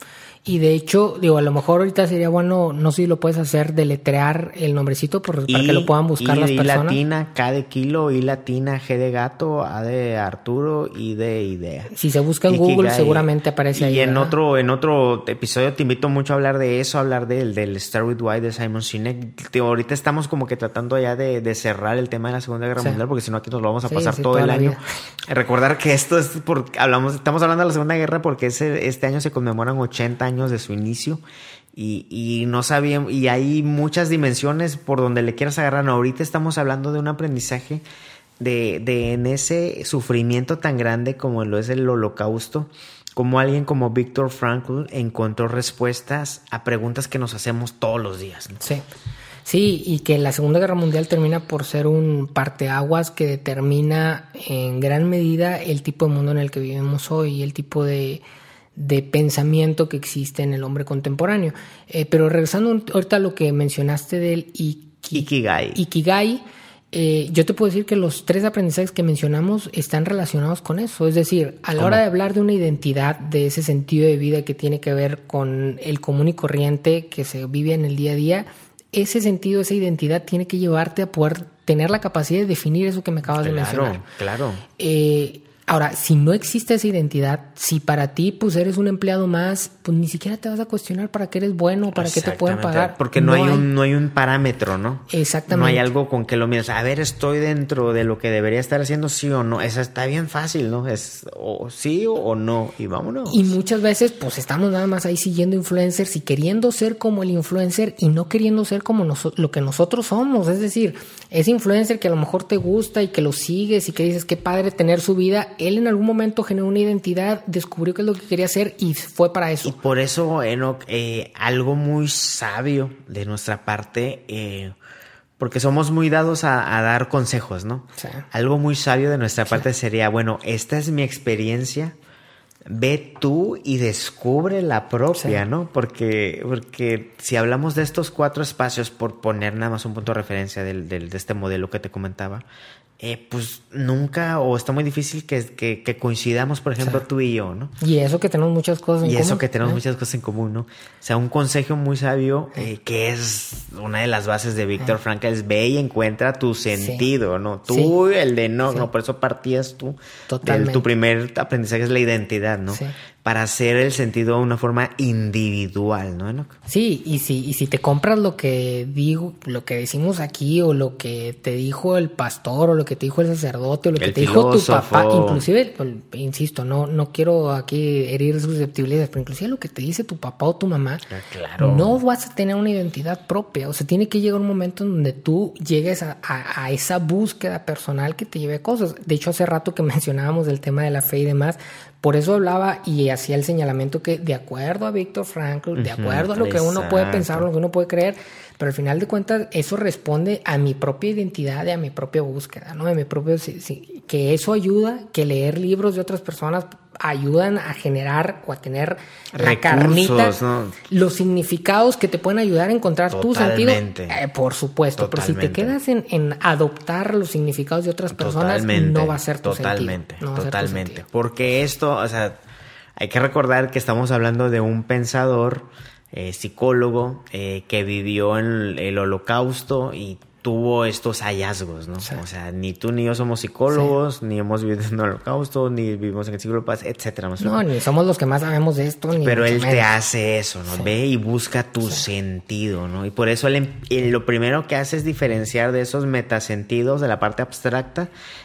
Y de hecho, digo, a lo mejor ahorita sería bueno, no sé si lo puedes hacer, deletrear el nombrecito por, para que lo puedan buscar y, las y personas. I latina, K de kilo, I latina, G de gato, A de Arturo, I de idea. Si se busca en Ikigai, Google seguramente aparece y ahí. Y en ¿verdad? otro, en otro episodio te invito mucho a hablar de eso, a hablar del, del Start With Why de Simon Sinek. Te, ahorita estamos como que tratando ya de, de cerrar el tema de la Segunda Guerra sí. Mundial, porque si no aquí nos lo vamos a sí, pasar sí, todo el año. Vida. Recordar que esto es porque hablamos, estamos hablando de la Segunda Guerra porque ese, este año se conmemoran ochenta años de su inicio. Y, y no sabíamos, y hay muchas dimensiones por donde le quieras agarrar. No, ahorita estamos hablando de un aprendizaje de, de en ese sufrimiento tan grande como lo es el Holocausto, como alguien como Viktor Frankl encontró respuestas a preguntas que nos hacemos todos los días, ¿no? Sí. Sí, y que la Segunda Guerra Mundial termina por ser un parteaguas que determina en gran medida el tipo de mundo en el que vivimos hoy, el tipo de de pensamiento que existe en el hombre contemporáneo. Eh, pero regresando ahorita a lo que mencionaste del iki, Ikigai, Ikigai eh, yo te puedo decir que los tres aprendizajes que mencionamos están relacionados con eso. Es decir, a la ¿Cómo? hora de hablar de una identidad, de ese sentido de vida que tiene que ver con el común y corriente que se vive en el día a día, ese sentido, esa identidad tiene que llevarte a poder tener la capacidad de definir eso que me acabas claro, de mencionar. Claro, claro. Eh, Ahora, si no existe esa identidad, si para ti pues eres un empleado más, pues ni siquiera te vas a cuestionar para qué eres bueno, para qué te pueden pagar. Porque no, no hay, hay un no hay un parámetro, ¿no? Exactamente. No hay algo con que lo mires. A ver, estoy dentro de lo que debería estar haciendo, sí o no. Eso está bien fácil, ¿no? Es o sí o no y vámonos. Y muchas veces pues estamos nada más ahí siguiendo influencers y queriendo ser como el influencer y no queriendo ser como noso- lo que nosotros somos. Es decir, ese influencer que a lo mejor te gusta y que lo sigues y que dices qué padre tener su vida, él en algún momento generó una identidad, descubrió qué es lo que quería hacer y fue para eso. Y por eso, Enoch, eh, algo muy sabio de nuestra parte, eh, porque somos muy dados a, a dar consejos, ¿no? Sí. Algo muy sabio de nuestra parte sí. sería, bueno, esta es mi experiencia, ve tú y descubre la propia, sí. ¿no? Porque, porque si hablamos de estos cuatro espacios, por poner nada más un punto de referencia del, del, de este modelo que te comentaba, Eh, pues nunca, o está muy difícil que, que, que coincidamos, por ejemplo, sí. tú y yo, ¿no? Y eso que tenemos muchas cosas en y común. Y eso que tenemos ¿eh? muchas cosas en común, ¿no? O sea, un consejo muy sabio, eh, que es una de las bases de Viktor ¿eh? Frankl, es ve y encuentra tu sentido, sí. ¿no? Tú, sí. el de no, sí. no, por eso partías tú. Totalmente. El, tu primer aprendizaje es la identidad, ¿no? Sí. Para hacer el sentido de una forma individual, ¿no, Enoch? Sí, y si, y si te compras lo que digo, lo que decimos aquí, o lo que te dijo el pastor, o lo que te dijo el sacerdote, o lo que el te filósofo. dijo tu papá, inclusive, insisto, no, no quiero aquí herir susceptibilidades, pero inclusive lo que te dice tu papá o tu mamá, claro. no vas a tener una identidad propia. O sea, tiene que llegar un momento en donde tú llegues a, a, a esa búsqueda personal que te lleve a cosas. De hecho, hace rato que mencionábamos el tema de la fe y demás, por eso hablaba y hacía el señalamiento que de acuerdo a Viktor Frankl, de acuerdo a lo que Exacto. uno puede pensar, lo que uno puede creer, pero al final de cuentas eso responde a mi propia identidad y a mi propia búsqueda, ¿no? De mi propio, sí, sí, que eso ayuda, que leer libros de otras personas ayudan a generar o a tener recursos, la carnita, ¿no? Los significados que te pueden ayudar a encontrar Totalmente. tu sentido. Eh, por supuesto, Totalmente. pero si te quedas en, en adoptar los significados de otras personas, Totalmente. no va a ser tu Totalmente. sentido. No va Totalmente. a ser tu sentido. Porque esto, o sea, hay que recordar que estamos hablando de un pensador, eh, psicólogo, eh, que vivió en el Holocausto y tuvo estos hallazgos, ¿no? Sí. O sea, ni tú ni yo somos psicólogos, sí. ni hemos vivido en el Holocausto, ni vivimos en el siglo pasado, etcétera. ¿No? no, ni somos los que más sabemos de esto. Ni Pero él menos. te hace eso, ¿no? Sí. Ve y busca tu sí. sentido, ¿no? Y por eso él, él, lo primero que hace es diferenciar de esos metasentidos de la parte abstracta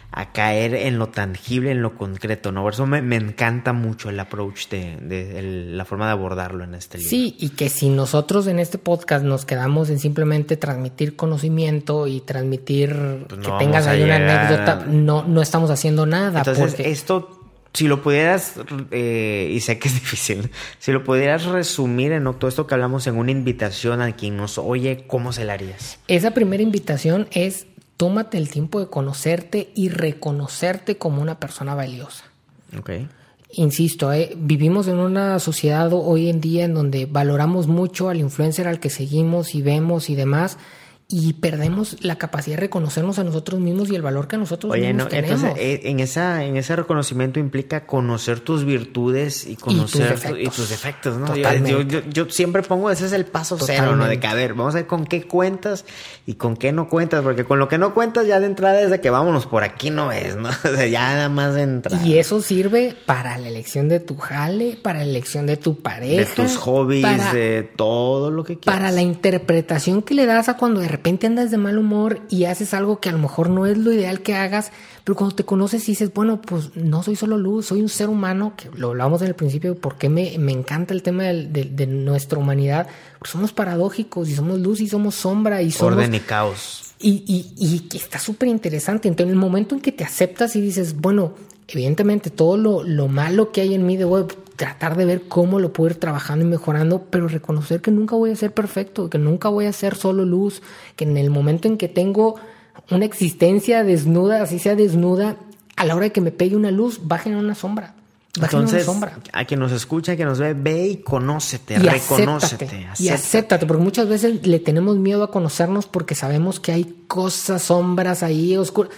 a caer en lo tangible, en lo concreto, ¿no? Por eso me, me encanta mucho el approach de, de el, la forma de abordarlo en este libro. Sí, y que si nosotros en este podcast nos quedamos en simplemente transmitir conocimiento y transmitir Pues no que vamos tengas a ahí una llegar. anécdota, no, no estamos haciendo nada. Entonces, porque... esto, si lo pudieras, eh, y sé que es difícil, si lo pudieras resumir en todo esto que hablamos en una invitación a quien nos oye, ¿cómo se la harías? Esa primera invitación es: tómate el tiempo de conocerte y reconocerte como una persona valiosa. Ok. Insisto, eh, vivimos en una sociedad hoy en día en donde valoramos mucho al influencer al que seguimos y vemos y demás, y perdemos la capacidad de reconocernos a nosotros mismos y el valor que nosotros Oye, mismos no, tenemos. entonces eh, en esa en ese reconocimiento implica conocer tus virtudes y conocer tus defectos. tu- y tus defectos, ¿no? Yo, Totalmente. yo, yo, yo siempre pongo, ese es el paso cero, ¿no? Totalmente. De que, a ver, vamos a ver con qué cuentas y con qué no cuentas, porque con lo que no cuentas ya de entrada es de que vámonos, por aquí no es, ¿no? O sea, ya nada más de entrada. Y eso sirve para la elección de tu jale, para la elección de tu pareja, De tus hobbies, para, de todo lo que quieras. para la interpretación que le das a cuando de repente andas de mal humor y haces algo que a lo mejor no es lo ideal que hagas, pero cuando te conoces y dices, bueno, pues no soy solo luz, soy un ser humano, que lo hablábamos en el principio, porque me, me encanta el tema del, de, de nuestra humanidad, porque somos paradójicos y somos luz y somos sombra y somos... Orden y caos. Y, y, y que está súper interesante. Entonces, en el momento en que te aceptas y dices, bueno, evidentemente todo lo, lo malo que hay en mí, debo tratar de ver cómo lo puedo ir trabajando y mejorando, pero reconocer que nunca voy a ser perfecto, que nunca voy a ser solo luz, que en el momento en que tengo una existencia desnuda, así sea desnuda, a la hora de que me pegue una luz, va a generar una sombra. Va a generar Entonces, una sombra. a quien nos escucha, a quien nos ve, ve y conócete, Y reconócete. acéptate, y acéptate, porque muchas veces le tenemos miedo a conocernos porque sabemos que hay cosas, sombras ahí oscuras.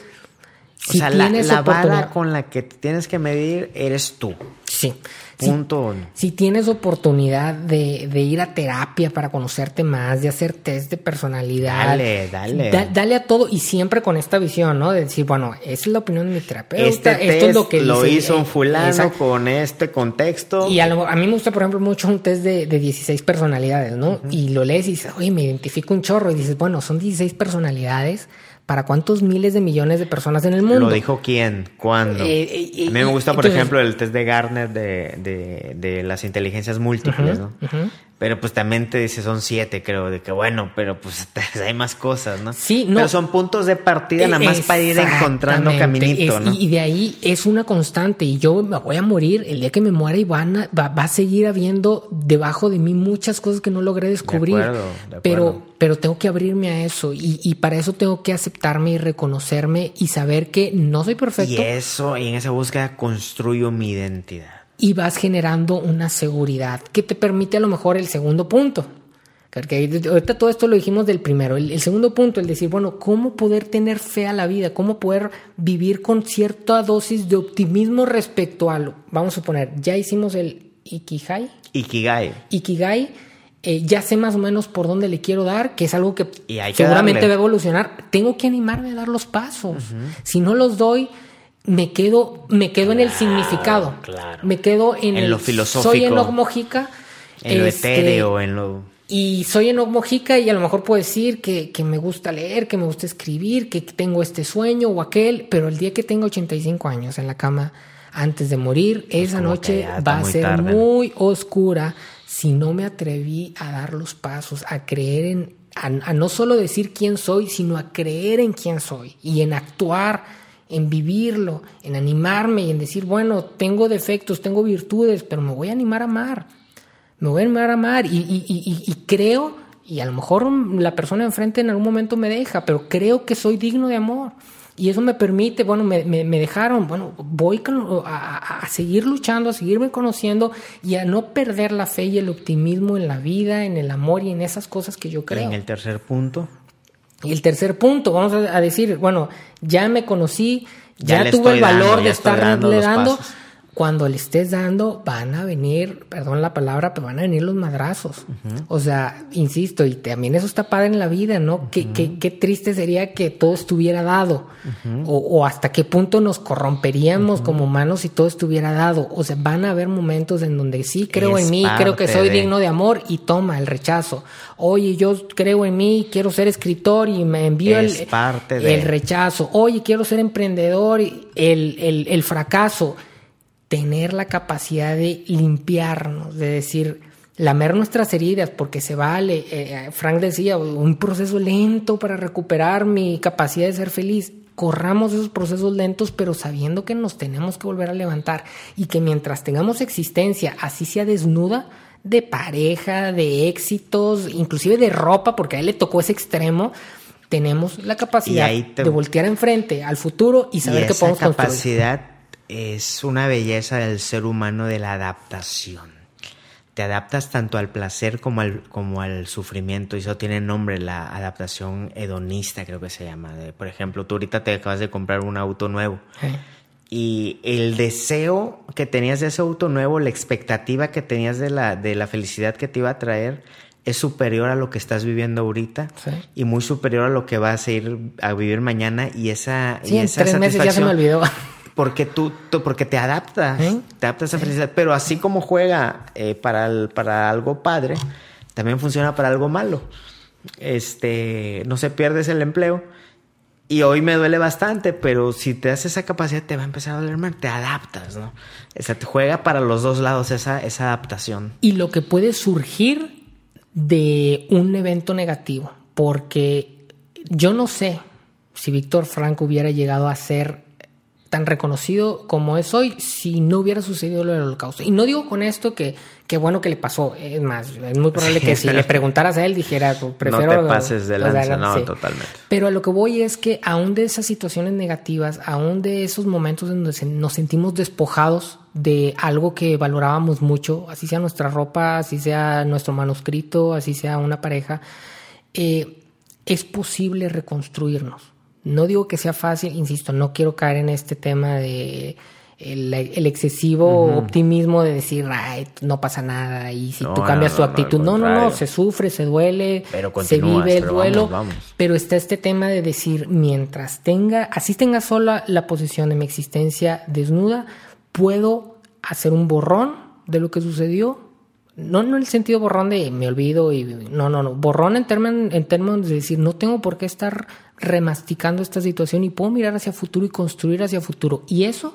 O sea, la, la vara con la que tienes que medir eres tú. Sí. Punto. Si, si tienes oportunidad de, de ir a terapia para conocerte más, de hacer test de personalidad. Dale, dale. Da, dale a todo y siempre con esta visión, ¿no? De decir, bueno, esa es la opinión de mi terapeuta. Este esto test es lo que lo dice, hizo un eh, fulano exacto. con este contexto. Y a, lo, a mí me gusta, por ejemplo, mucho un test de, de dieciséis personalidades, ¿no? Uh-huh. Y lo lees y dices, oye, me identifico un chorro. Y dices, bueno, son dieciséis personalidades. ¿Para cuántos miles de millones de personas en el mundo? ¿Lo dijo quién? ¿Cuándo? Eh, eh, eh, a mí me gusta, por entonces, ejemplo, el test de Gartner de, de, de las inteligencias múltiples, uh-huh, ¿no? Uh-huh. Pero pues también te dice son siete, creo, de que bueno, pero pues hay más cosas, ¿no? Sí, no. Pero son puntos de partida nada más para ir encontrando caminito, es, ¿no? Y de ahí es una constante y yo me voy a morir el día que me muera y van a, va, va a seguir habiendo debajo de mí muchas cosas que no logré descubrir. De acuerdo, de acuerdo. Pero, pero tengo que abrirme a eso y, y para eso tengo que aceptarme y reconocerme y saber que no soy perfecto. Y eso, y en esa búsqueda construyo mi identidad. Y vas generando una seguridad que te permite a lo mejor el segundo punto. Porque ahorita todo esto lo dijimos del primero. El, el segundo punto, el decir, bueno, ¿cómo poder tener fe a la vida? ¿Cómo poder vivir con cierta dosis de optimismo respecto a lo? Vamos a suponer, ya hicimos el Ikigai. Ikigai. Ikigai. Eh, ya sé más o menos por dónde le quiero dar, que es algo que, que seguramente va a evolucionar. Tengo que animarme a dar los pasos. Uh-huh. Si no los doy... Me quedo, me quedo claro, en el significado. Claro. Me quedo en, en el, lo filosófico. Soy Enoch Mojica. En este, lo etéreo, en lo... Y soy Enoch Mojica y a lo mejor puedo decir que, que me gusta leer, que me gusta escribir, que tengo este sueño o aquel, pero el día que tengo ochenta y cinco años en la cama antes de morir, pues esa noche va a ser tarde. Muy oscura si no me atreví a dar los pasos, a creer en... A, a no solo decir quién soy, sino a creer en quién soy y en actuar, en vivirlo, en animarme y en decir, bueno, tengo defectos, tengo virtudes, pero me voy a animar a amar. Me voy a animar a amar y, y, y, y creo, y a lo mejor la persona enfrente en algún momento me deja, pero creo que soy digno de amor. Y eso me permite, bueno, me, me, me dejaron, bueno, voy a, a seguir luchando, a seguirme conociendo y a no perder la fe y el optimismo en la vida, en el amor y en esas cosas que yo creo. En el tercer punto... Y el tercer punto, vamos a decir, bueno, ya me conocí, ya, ya tuve el valor dando, de estarle dando. dando cuando le estés dando, van a venir, perdón la palabra, pero van a venir los madrazos. Uh-huh. O sea, insisto, y también eso está padre en la vida, ¿no? Uh-huh. Qué, qué, qué triste sería que todo estuviera dado. Uh-huh. O, o hasta qué punto nos corromperíamos uh-huh. como humanos si todo estuviera dado. O sea, van a haber momentos en donde sí creo es en mí, creo que soy de... digno de amor, y toma el rechazo. Oye, yo creo en mí, quiero ser escritor y me envío el, de... el rechazo. Oye, quiero ser emprendedor, el, el, el fracaso. Tener la capacidad de limpiarnos, de decir, lamer nuestras heridas, porque se vale. Eh, Frank decía, un proceso lento para recuperar mi capacidad de ser feliz. Corramos esos procesos lentos, pero sabiendo que nos tenemos que volver a levantar y que mientras tengamos existencia, así sea desnuda, de pareja, de éxitos, inclusive de ropa, porque a él le tocó ese extremo, tenemos la capacidad te... de voltear enfrente al futuro y saber y que podemos construir. Esa capacidad es una belleza del ser humano, de la adaptación. Te adaptas tanto al placer como al, como al sufrimiento, y eso tiene nombre, la adaptación hedonista, creo que se llama. De, por ejemplo, tú ahorita te acabas de comprar un auto nuevo. ¿Eh? Y el deseo que tenías de ese auto nuevo, la expectativa que tenías de la, de la felicidad que te iba a traer, es superior a lo que estás viviendo ahorita. Sí. Y muy superior a lo que vas a ir a vivir mañana. Y esa, sí, y esa en tres meses ya se me olvidó. Porque tú, tú porque te adaptas, ¿Eh? te adaptas a esa felicidad. Pero así como juega eh, para, el, para algo padre, también funciona para algo malo. Este, no se pierdes el empleo. Y hoy me duele bastante, pero si te das esa capacidad, te va a empezar a doler más. Te adaptas, ¿no? O sea, te juega para los dos lados esa, esa adaptación. Y lo que puede surgir de un evento negativo. Porque yo no sé si Víctor Frank hubiera llegado a ser tan reconocido como es hoy si no hubiera sucedido lo del Holocausto. Y no digo con esto que qué bueno que le pasó. Es más, es muy probable sí, que si le preguntaras a él dijera, prefiero... No te pases de lanza, o sea, no, sí. totalmente. Pero a lo que voy es que aún de esas situaciones negativas, aún de esos momentos en donde nos sentimos despojados de algo que valorábamos mucho, así sea nuestra ropa, así sea nuestro manuscrito, así sea una pareja, eh, es posible reconstruirnos. No digo que sea fácil, insisto, no quiero caer en este tema de el, el excesivo uh-huh. optimismo de decir, ay, no pasa nada, y si no, tú cambias no, tu no, actitud, no, no, no, no, se sufre, se duele, se vive el duelo, vamos, vamos. Pero está este tema de decir, mientras tenga, así tenga sola la posición de mi existencia desnuda, puedo hacer un borrón de lo que sucedió. No, no en el sentido borrón de me olvido y no, no, no. Borrón en términos, en términos de decir no tengo por qué estar remasticando esta situación y puedo mirar hacia futuro y construir hacia futuro. Y eso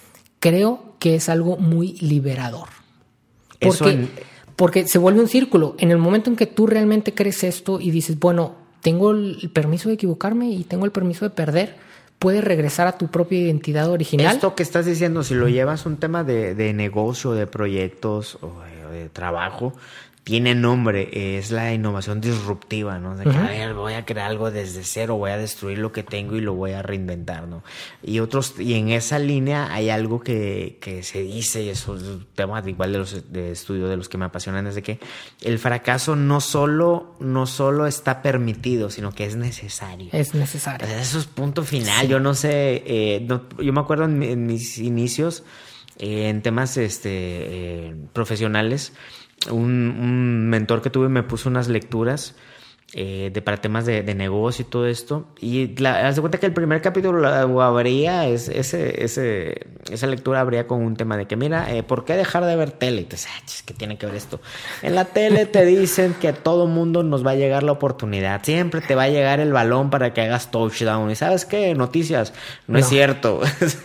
creo que es algo muy liberador. Porque, eso en... porque se vuelve un círculo. En el momento en que tú realmente crees esto y dices, bueno, tengo el permiso de equivocarme y tengo el permiso de perder, puedes regresar a tu propia identidad original. Esto que estás diciendo, si lo llevas a un tema de, de negocio, de proyectos o de, de trabajo, tiene nombre, es la innovación disruptiva, ¿no? De que, uh-huh. a ver, voy a crear algo desde cero, voy a destruir lo que tengo y lo voy a reinventar, ¿no? Y otros, y en esa línea hay algo que, que se dice, y eso es un tema igual de los de estudio de los que me apasionan, es de que el fracaso no solo, no solo está permitido, sino que es necesario. Es necesario. O sea, eso es punto final. Sí. Yo no sé, eh, no, yo me acuerdo en, en mis inicios, eh, en temas este, eh, profesionales, Un, un mentor que tuve me puso unas lecturas eh, de, para temas de, de negocio y todo esto, y la, haz de cuenta que el primer capítulo lo abría, es, ese, ese, esa lectura abría con un tema de que mira, eh, ¿por qué dejar de ver tele? Y te dices, ah, ¿qué tiene que ver esto? En la tele te dicen que a todo mundo nos va a llegar la oportunidad, siempre te va a llegar el balón para que hagas touchdown, y ¿sabes qué? Noticias, no, no. es cierto.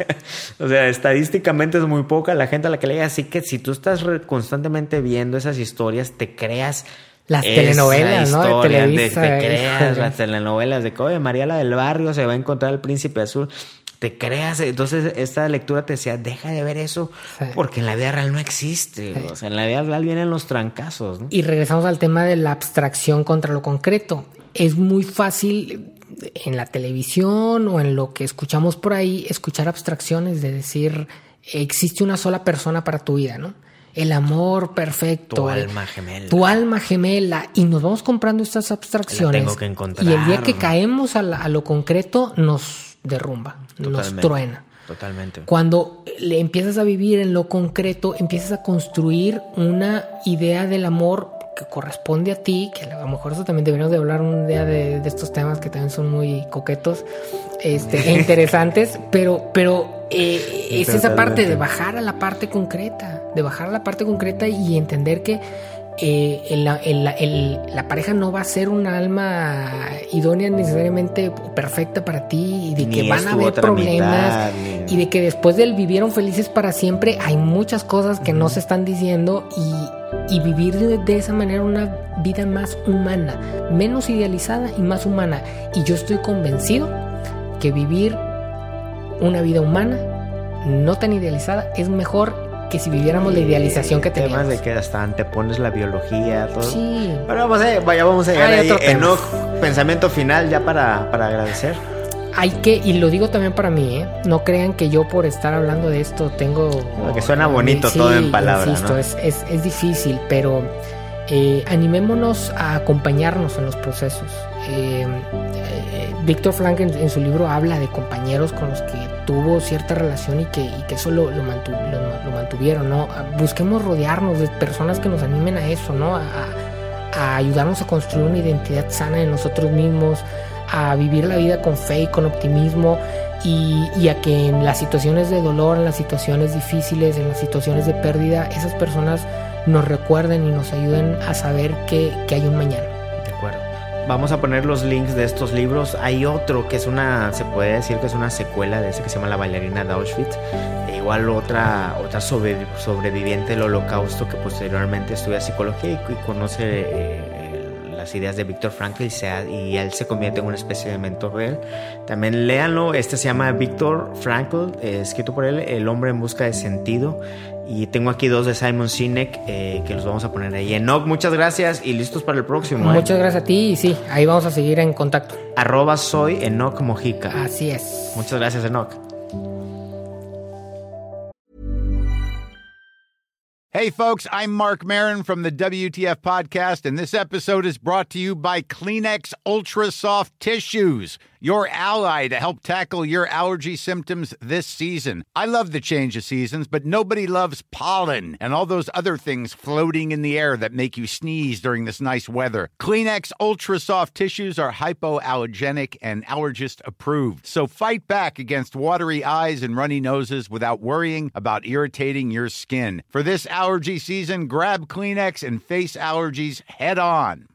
O sea, estadísticamente es muy poca la gente a la que le llega, así que si tú estás constantemente viendo esas historias, te creas las telenovelas, ¿no? De Televisa. De, te creas las telenovelas de que, oye, María la del barrio se va a encontrar el príncipe azul. Te creas. Entonces, esta lectura te decía, deja de ver eso, sí. porque en la vida real no existe. Sí. O sea, en la vida real vienen los trancazos, ¿no? Y regresamos al tema de la abstracción contra lo concreto. Es muy fácil en la televisión o en lo que escuchamos por ahí, escuchar abstracciones de decir, existe una sola persona para tu vida, ¿no? El amor perfecto. Tu alma gemela. Tu alma gemela. Y nos vamos comprando estas abstracciones. La tengo que encontrar. Y el día que caemos a, la, a lo concreto, nos derrumba, Totalmente. Nos truena. Totalmente. Cuando le empiezas a vivir en lo concreto, empiezas a construir una idea del amor que corresponde a ti, que a lo mejor eso también deberíamos de hablar un día de, de estos temas que también son muy coquetos este, e interesantes, pero, pero eh, es esa parte de bajar a la parte concreta, de bajar a la parte concreta y entender que eh, el, el, el, la pareja no va a ser una alma idónea necesariamente perfecta para ti y de Ni que van a haber problemas mitad, y de que después del vivieron felices para siempre hay muchas cosas que uh-huh. no se están diciendo y, y vivir de, de esa manera una vida más humana, menos idealizada y más humana. Y yo estoy convencido que vivir una vida humana no tan idealizada es mejor que si viviéramos la idealización que teníamos. Temas de que hasta antepones la biología, todo. Sí. Pero vamos a, vaya, vamos a llegar Hay ahí. Enoch, pensamiento final ya para, para agradecer. Hay que, y lo digo también para mí, ¿eh? No crean que yo por estar hablando de esto tengo... No, que suena bonito sí, todo en palabras, insisto, ¿no? es, es, es difícil, pero eh, animémonos a acompañarnos en los procesos. Eh, eh, Víctor Frank en, en su libro habla de compañeros con los que tuvo cierta relación y que, y que eso lo, lo, mantu, lo, lo mantuvieron, ¿no? Busquemos rodearnos de personas que nos animen a eso, ¿no? A, a ayudarnos a construir una identidad sana de nosotros mismos, a vivir la vida con fe y con optimismo y, y a que en las situaciones de dolor, en las situaciones difíciles, en las situaciones de pérdida, esas personas nos recuerden y nos ayuden a saber que, que hay un mañana. De acuerdo. Vamos a poner los links de estos libros. Hay otro que es una, se puede decir que es una secuela de ese que se llama La bailarina de Auschwitz. E igual otra, otra sobre, sobreviviente del holocausto que posteriormente estudia psicología y, y conoce eh, las ideas de Viktor Frankl y, se, y él se convierte en una especie de mentor de él. También léanlo. Este se llama Viktor Frankl, eh, escrito por él, El hombre en busca de sentido. Y tengo aquí dos de Simon Sinek eh, que los vamos a poner ahí. Enoch, muchas gracias y listos para el próximo. ¿eh? Muchas gracias a ti y sí, ahí vamos a seguir en contacto. Arroba soy Enoch Mojica. Así es. Muchas gracias, Enoch. Hey, folks, I'm Mark Maron from the W T F Podcast, and this episode is brought to you by Kleenex Ultra Soft Tissues, your ally to help tackle your allergy symptoms this season. I love the change of seasons, but nobody loves pollen and all those other things floating in the air that make you sneeze during this nice weather. Kleenex Ultra Soft Tissues are hypoallergenic and allergist approved, so fight back against watery eyes and runny noses without worrying about irritating your skin. For this allergy season, grab Kleenex and face allergies head on.